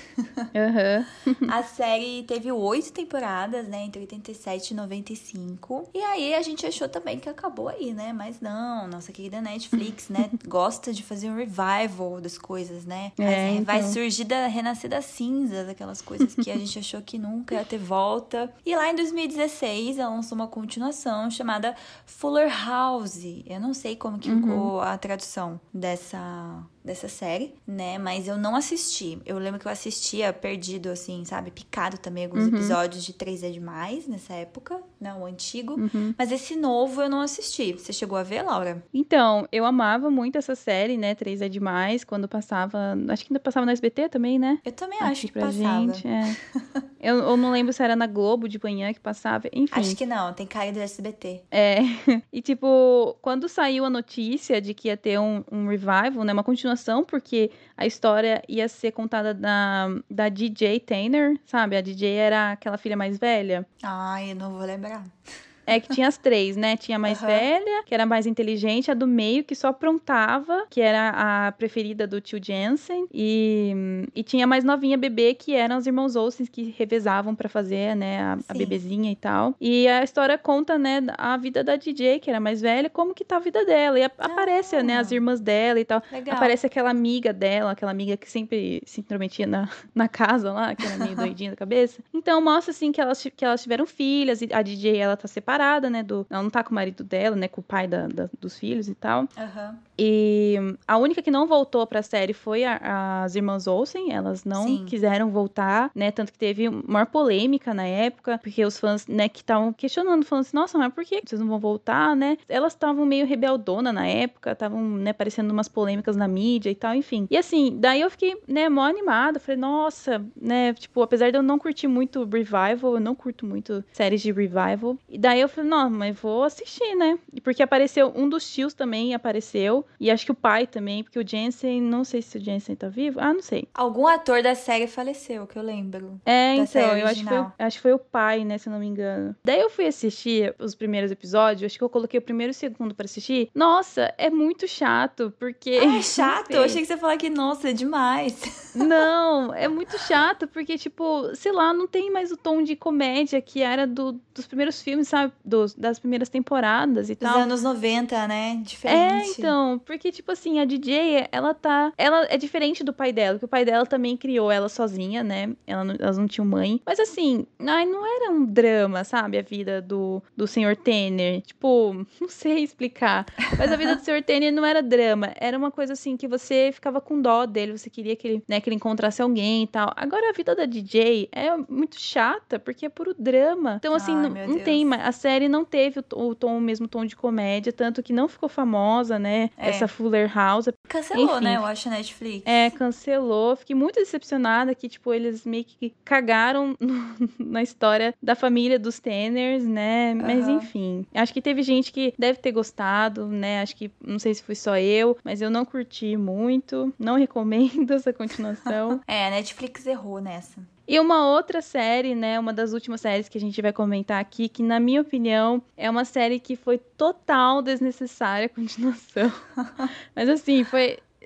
Uhum. A série teve oito temporadas, né? Entre oitenta e sete e noventa e cinco. E aí a gente achou também que acabou aí, né? Mas não, nossa querida Netflix, né? Gosta de fazer um revival das coisas, né? É, Mas, então. Vai surgir da renascer das cinzas, aquelas coisas que a gente achou que nunca ia ter volta. E lá em dois mil e dezesseis, ela lançou uma continuação chamada Fuller House. Eu não sei como que Uhum. ficou a tradução dessa... dessa série, né? Mas eu não assisti. Eu lembro que eu assistia perdido, assim, sabe? Picado também, alguns Uhum. episódios de três é demais nessa época, né? O antigo. Uhum. Mas esse novo eu não assisti. Você chegou a ver, Laura? Então, eu amava muito essa série, né? três é demais, quando passava... Acho que ainda passava no S B T também, né? Eu também Aqui acho que pra passava. gente, é. eu, eu não lembro se era na Globo de manhã que passava, enfim. Acho que não, tem cara do S B T. É, e tipo, quando saiu a notícia de que ia ter um, um revival, né, uma continuação, porque a história ia ser contada da, da D J Tanner, sabe? A D J era aquela filha mais velha. Ai, eu não vou lembrar. É que tinha as três, né? Tinha a mais Uhum. velha, que era mais inteligente, a do meio, que só aprontava, que era a preferida do tio Jensen, e, e tinha a mais novinha bebê, que eram os irmãos Olsen, que revezavam pra fazer, né, a, a bebezinha e tal. E a história conta, né, a vida da D J, que era mais velha, como que tá a vida dela. E a, Ah. aparece, né, as irmãs dela e tal. Legal. Aparece aquela amiga dela, aquela amiga que sempre se intrometia na, na casa lá, que era meio doidinha da cabeça. Então, mostra, assim, que elas, que elas tiveram filhas, e a D J, ela tá separada, né, do, ela não tá com o marido dela, né, com o pai da, da, dos filhos e tal. Uhum. E a única que não voltou pra série foi a, as irmãs Olsen, elas não Sim. quiseram voltar, né, tanto que teve maior polêmica na época, porque os fãs, né, que estavam questionando, falando assim, nossa, mas por que vocês não vão voltar, né? Elas estavam meio rebeldona na época, estavam, né, aparecendo umas polêmicas na mídia e tal, enfim. E assim, daí eu fiquei, né, mó animada, falei, nossa, né, tipo, apesar de eu não curtir muito revival, eu não curto muito séries de revival, e daí eu falei, não, mas vou assistir, né? Porque apareceu, um dos tios também apareceu, e acho que o pai também, porque o Jensen, não sei se o Jensen tá vivo, ah, não sei. Algum ator da série faleceu, que eu lembro. É, da então, série eu acho que, foi, original. acho que foi o pai, né, se eu não me engano. Daí eu fui assistir os primeiros episódios, acho que eu coloquei o primeiro e o segundo pra assistir. Nossa, é muito chato, porque... Ah, é chato? Eu achei que você ia falar que, nossa, é demais. Não, é muito chato, porque, tipo, sei lá, não tem mais o tom de comédia que era do, dos primeiros filmes, sabe? Dos, das primeiras temporadas e Dos tal. anos noventa, né? É, Diferente. então, porque, tipo assim, a D J, ela tá... Ela é diferente do pai dela, porque o pai dela também criou ela sozinha, né? Ela não- elas não tinham mãe. Mas, assim, ai, não era um drama, sabe? A vida do, do senhor Tanner. Tipo, não sei explicar. Mas a vida do senhor Tanner não era drama. Era uma coisa, assim, que você ficava com dó dele. Você queria que ele, né, que ele encontrasse alguém e tal. Agora, a vida da D J é muito chata, porque é puro drama. Então, assim, Ai, não, meu não Deus. tem... ma- A série não teve o, to- o tom, o mesmo tom de comédia, tanto que não ficou famosa, né? É. Essa Fuller House. Cancelou, Enfim. né? Eu acho a Netflix. É, cancelou. Fiquei muito decepcionada que, tipo, eles meio que cagaram no- na história da família dos Tanners, né? Mas, Aham. enfim. Acho que teve gente que deve ter gostado, né? Acho que, não sei se fui só eu, mas eu não curti muito. Não recomendo essa continuação. É, a Netflix errou nessa. E uma outra série, né, uma das últimas séries que a gente vai comentar aqui, que na minha opinião é uma série que foi total desnecessária a continuação. Mas assim, foi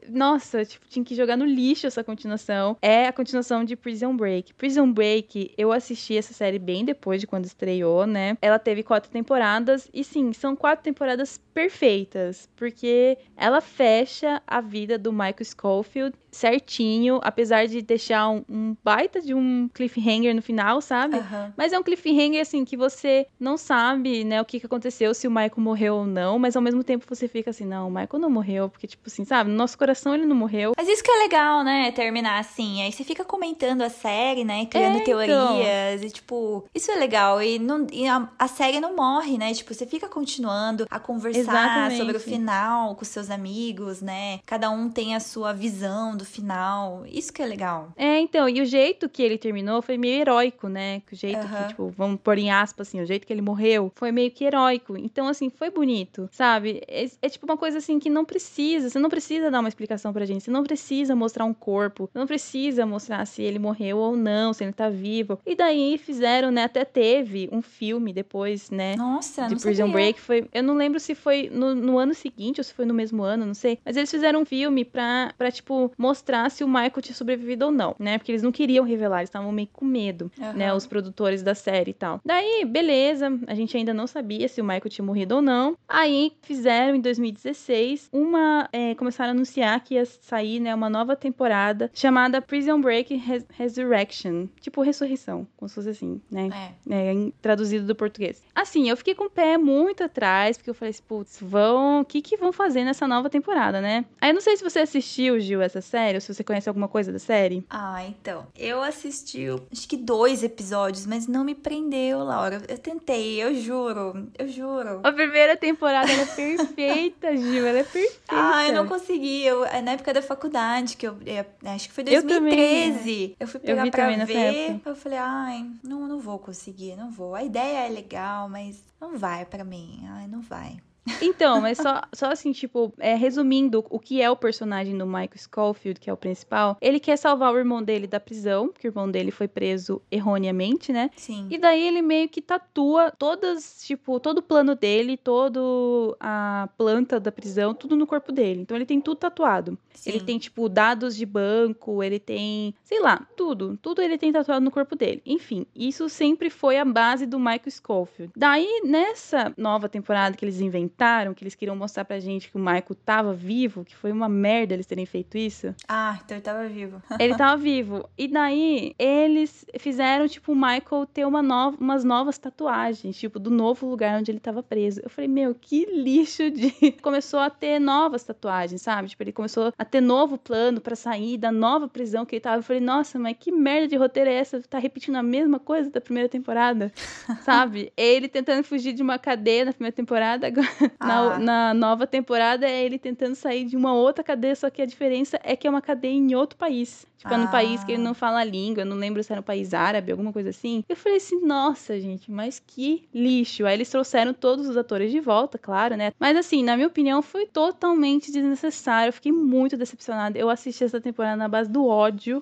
nossa, tipo, tinha que jogar no lixo essa continuação. É a continuação de Prison Break. Prison Break, eu assisti essa série bem depois de quando estreou, né? Ela teve quatro temporadas e sim, são quatro temporadas perfeitas, porque ela fecha a vida do Michael Scofield certinho, apesar de deixar um, um baita de um cliffhanger no final, sabe? Uhum. Mas é um cliffhanger, assim, que você não sabe, né, o que, que aconteceu, se o Michael morreu ou não, mas ao mesmo tempo você fica assim, não, o Michael não morreu, porque, tipo assim, sabe, no nosso coração ele não morreu. Mas isso que é legal, né, terminar assim, aí você fica comentando a série, né, criando É, teorias, então. e tipo, isso é legal, e, não, e a, a série não morre, né, tipo, você fica continuando a conversar Exatamente. sobre o final com seus amigos, né, cada um tem a sua visão do final, isso que é legal. É, então, e o jeito que ele terminou foi meio heróico, né, o jeito Uhum. que, tipo, vamos pôr em aspas, assim, o jeito que ele morreu foi meio que heróico, então, assim, foi bonito, sabe, é, é tipo uma coisa, assim, que não precisa, você não precisa dar uma explicação pra gente, você não precisa mostrar um corpo, você não precisa mostrar se ele morreu ou não, se ele tá vivo, e daí fizeram, né, até teve um filme depois, né, Nossa, de não Prison sabia. Break, foi, eu não lembro se foi no, no ano seguinte ou se foi no mesmo ano, não sei, mas eles fizeram um filme pra, pra tipo, mostrar se o Michael tinha sobrevivido ou não, né, porque eles não queriam revelar, eles estavam meio com medo, Uhum. né, os produtores da série e tal. Daí, beleza, a gente ainda não sabia se o Michael tinha morrido ou não, aí fizeram em dois mil e dezesseis uma, é, começaram a anunciar que ia sair, né, uma nova temporada chamada Prison Break Res- Resurrection, tipo ressurreição, como se fosse assim, né, É. é, em- traduzido do português. Assim, eu fiquei com o pé muito atrás, porque eu falei assim, putz, vão, o que que vão fazer nessa nova temporada, né? Aí eu não sei se você assistiu, Gil, essa série, ou se você conhece alguma coisa da série. Ah, então. Eu assisti, acho que dois episódios, mas não me prendeu, Laura. Eu tentei, eu juro, eu juro. A primeira temporada, ela é perfeita, Gil, ela é perfeita. Ah, eu não consegui. Eu, é na época da faculdade, que eu, eu acho que foi Eu dois mil e treze. também, Eu fui eu pegar vi pra também nessa ver. época. Eu falei, ai, não, não vou conseguir, não vou. A ideia é legal, mas não vai pra mim. Ai, não vai. Então, mas só, só assim, tipo, é, resumindo o que é o personagem do Michael Scofield, que é o principal, ele quer salvar o irmão dele da prisão, porque o irmão dele foi preso erroneamente, né? Sim. E daí ele meio que tatua todas, tipo, todo o plano dele, todo a planta da prisão, tudo no corpo dele. Então ele tem tudo tatuado. Sim. Ele tem, tipo, dados de banco, ele tem, sei lá, tudo. Tudo ele tem tatuado no corpo dele. Enfim, isso sempre foi a base do Michael Scofield. Daí, nessa nova temporada que eles inventaram, que eles queriam mostrar pra gente que o Michael tava vivo, que foi uma merda eles terem feito isso. Ah, então ele tava vivo. Ele tava vivo. E daí, eles fizeram, tipo, o Michael ter uma nova, umas novas tatuagens, tipo, do novo lugar onde ele tava preso. Eu falei, meu, que lixo de... Começou a ter novas tatuagens, sabe? Tipo, ele começou a ter novo plano pra sair da nova prisão que ele tava. Eu falei, nossa, mas que merda de roteiro é essa? Tá repetindo a mesma coisa da primeira temporada, sabe? Ele tentando fugir de uma cadeia na primeira temporada, agora... Na, Ah. na nova temporada é ele tentando sair de uma outra cadeia, só que a diferença é que é uma cadeia em outro país. Tipo, é num Ah. país que ele não fala a língua, eu não lembro se era um país árabe, alguma coisa assim. Eu falei assim, nossa, gente, mas que lixo. Aí eles trouxeram todos os atores de volta, claro, né? Mas assim, na minha opinião, foi totalmente desnecessário. Eu fiquei muito decepcionada. Eu assisti essa temporada na base do ódio.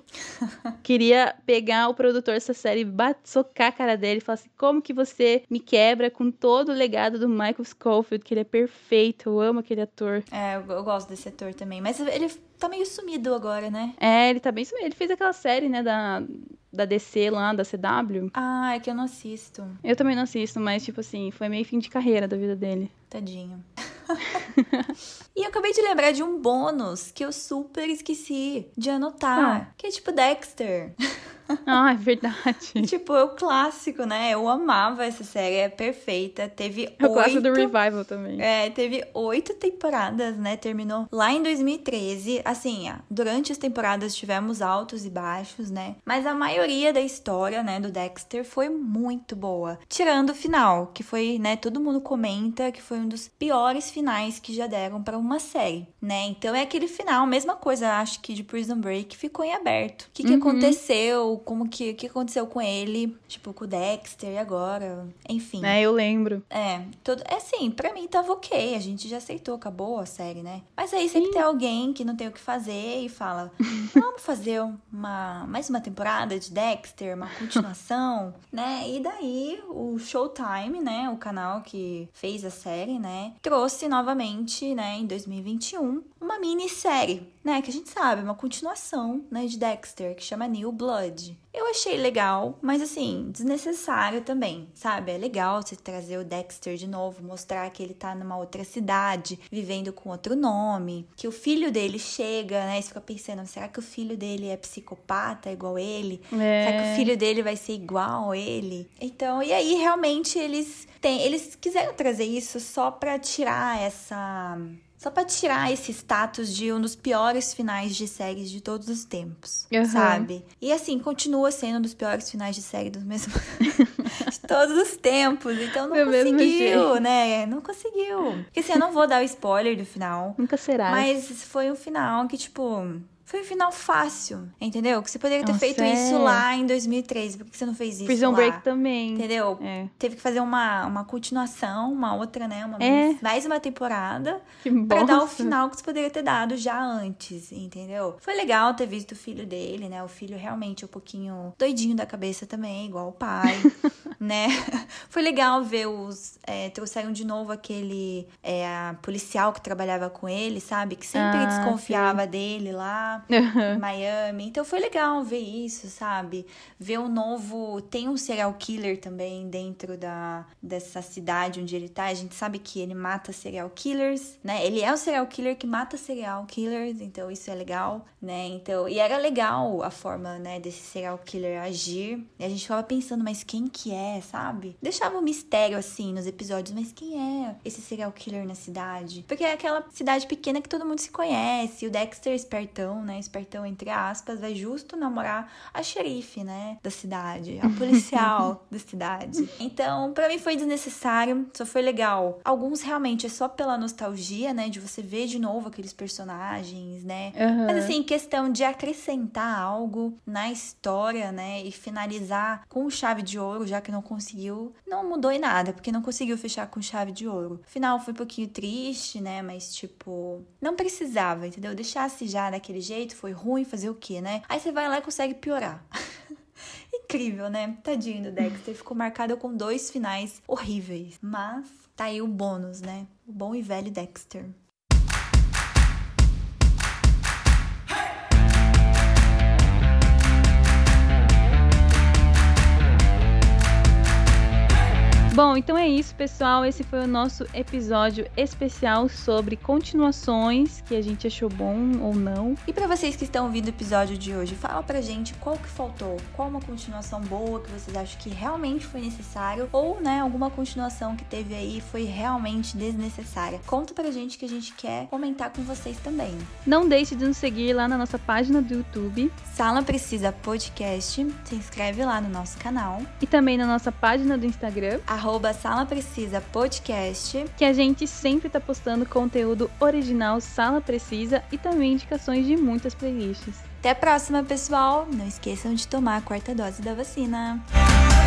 Queria pegar o produtor dessa série e bate, socar a cara dele e falar assim, como que você me quebra com todo o legado do Michael Scofield, que ele é perfeito, eu amo aquele ator. É, eu, eu gosto desse ator também. Mas ele tá meio sumido agora, né? É, ele tá bem sumido. Ele fez aquela série, né, da, da D C lá, da C W. Ah, é que eu não assisto. Eu também não assisto, mas, tipo assim, foi meio fim de carreira da vida dele. Tadinho. E eu acabei de lembrar de um bônus que eu super esqueci de anotar. Ah. Que é tipo Dexter. Ah, é verdade. Tipo, é o clássico, né? Eu amava essa série, é perfeita. Teve É o oito... clássico do Revival também. É, teve oito temporadas, né? Terminou lá em dois mil e treze. Assim, ó, durante as temporadas tivemos altos e baixos, né? Mas a maioria da história, né, do Dexter foi muito boa. Tirando o final, que foi, né, todo mundo comenta que foi um dos piores finais que já deram pra uma série, né? Então é aquele final, mesma coisa, acho que de Prison Break, ficou em aberto. O que, que Uhum. aconteceu aconteceu, como que, o que aconteceu com ele, tipo, com o Dexter e agora, enfim. É, eu lembro. É, tudo, é assim, pra mim tava ok, a gente já aceitou, acabou a série, né? Mas aí sempre Sim. tem alguém que não tem o que fazer e fala, vamos fazer uma, mais uma temporada de Dexter, uma continuação, né? E daí o Showtime, né, o canal que fez a série, né, trouxe novamente, né, em dois mil e vinte e um, uma minissérie, né, que a gente sabe, uma continuação, né, de Dexter, que chama New Blood. Eu achei legal, mas assim, desnecessário também, sabe? É legal você trazer o Dexter de novo, mostrar que ele tá numa outra cidade, vivendo com outro nome, que o filho dele chega, né? E você fica pensando, será que o filho dele é psicopata igual ele? É. Será que o filho dele vai ser igual a ele? Então, e aí realmente eles têm, eles quiseram trazer isso só pra tirar essa... Só pra tirar esse status de um dos piores finais de séries de todos os tempos, uhum. sabe? E assim, continua sendo um dos piores finais de série dos mesmos... de todos os tempos. Então não do conseguiu, né? Não conseguiu. Porque assim, eu não vou dar o spoiler do final. Nunca será. Mas foi um final que, tipo... Foi um final fácil, entendeu? Que você poderia ter Nossa, feito é. isso lá em dois mil e treze. Por que você não fez isso Prison lá? Break também. Entendeu? É. Teve que fazer uma, uma continuação, uma outra, né? Uma é. mais uma temporada. Que pra bosta. dar o final que você poderia ter dado já antes, entendeu? Foi legal ter visto o filho dele, né? O filho realmente um pouquinho doidinho da cabeça também, igual o pai, né? Foi legal ver os... É, trouxeram de novo aquele é, a policial que trabalhava com ele, sabe? Que sempre ah, desconfiava sim. dele lá. Em Miami. Então foi legal ver isso, sabe? Ver um novo... Tem um serial killer também dentro da, dessa cidade onde ele tá. A gente sabe que ele mata serial killers, né? Ele é o serial killer que mata serial killers, então isso é legal, né? Então, e era legal a forma, né, desse serial killer agir. E a gente ficava pensando, mas quem que é, sabe? Deixava um mistério, assim, nos episódios. Mas quem é esse serial killer na cidade? Porque é aquela cidade pequena que todo mundo se conhece. O Dexter é espertão, né, espertão entre aspas, vai justo namorar a xerife, né, da cidade, a policial da cidade. Então, pra mim foi desnecessário, só foi legal. Alguns realmente é só pela nostalgia, né, de você ver de novo aqueles personagens, né, uhum. mas assim, questão de acrescentar algo na história, né, e finalizar com chave de ouro, já que não conseguiu, não mudou em nada, porque não conseguiu fechar com chave de ouro. O final foi um pouquinho triste, né, mas tipo, não precisava, entendeu? Deixasse já daquele jeito, foi ruim, fazer o quê, né? Aí você vai lá e consegue piorar. Incrível, né? Tadinho do Dexter, ficou marcado com dois finais horríveis. Mas tá aí o bônus, né? O bom e velho Dexter. Bom, então é isso, pessoal. Esse foi o nosso episódio especial sobre continuações que a gente achou bom ou não. E pra vocês que estão ouvindo o episódio de hoje, fala pra gente qual que faltou, qual uma continuação boa que vocês acham que realmente foi necessário ou, né, alguma continuação que teve aí foi realmente desnecessária. Conta pra gente que a gente quer comentar com vocês também. Não deixe de nos seguir lá na nossa página do YouTube. Sala Precisa Podcast. Se inscreve lá no nosso canal. E também na nossa página do Instagram. Arroba Sala Precisa Podcast, que a gente sempre tá postando conteúdo original Sala Precisa e também indicações de muitas playlists. Até a próxima, pessoal! Não esqueçam de tomar a quarta dose da vacina.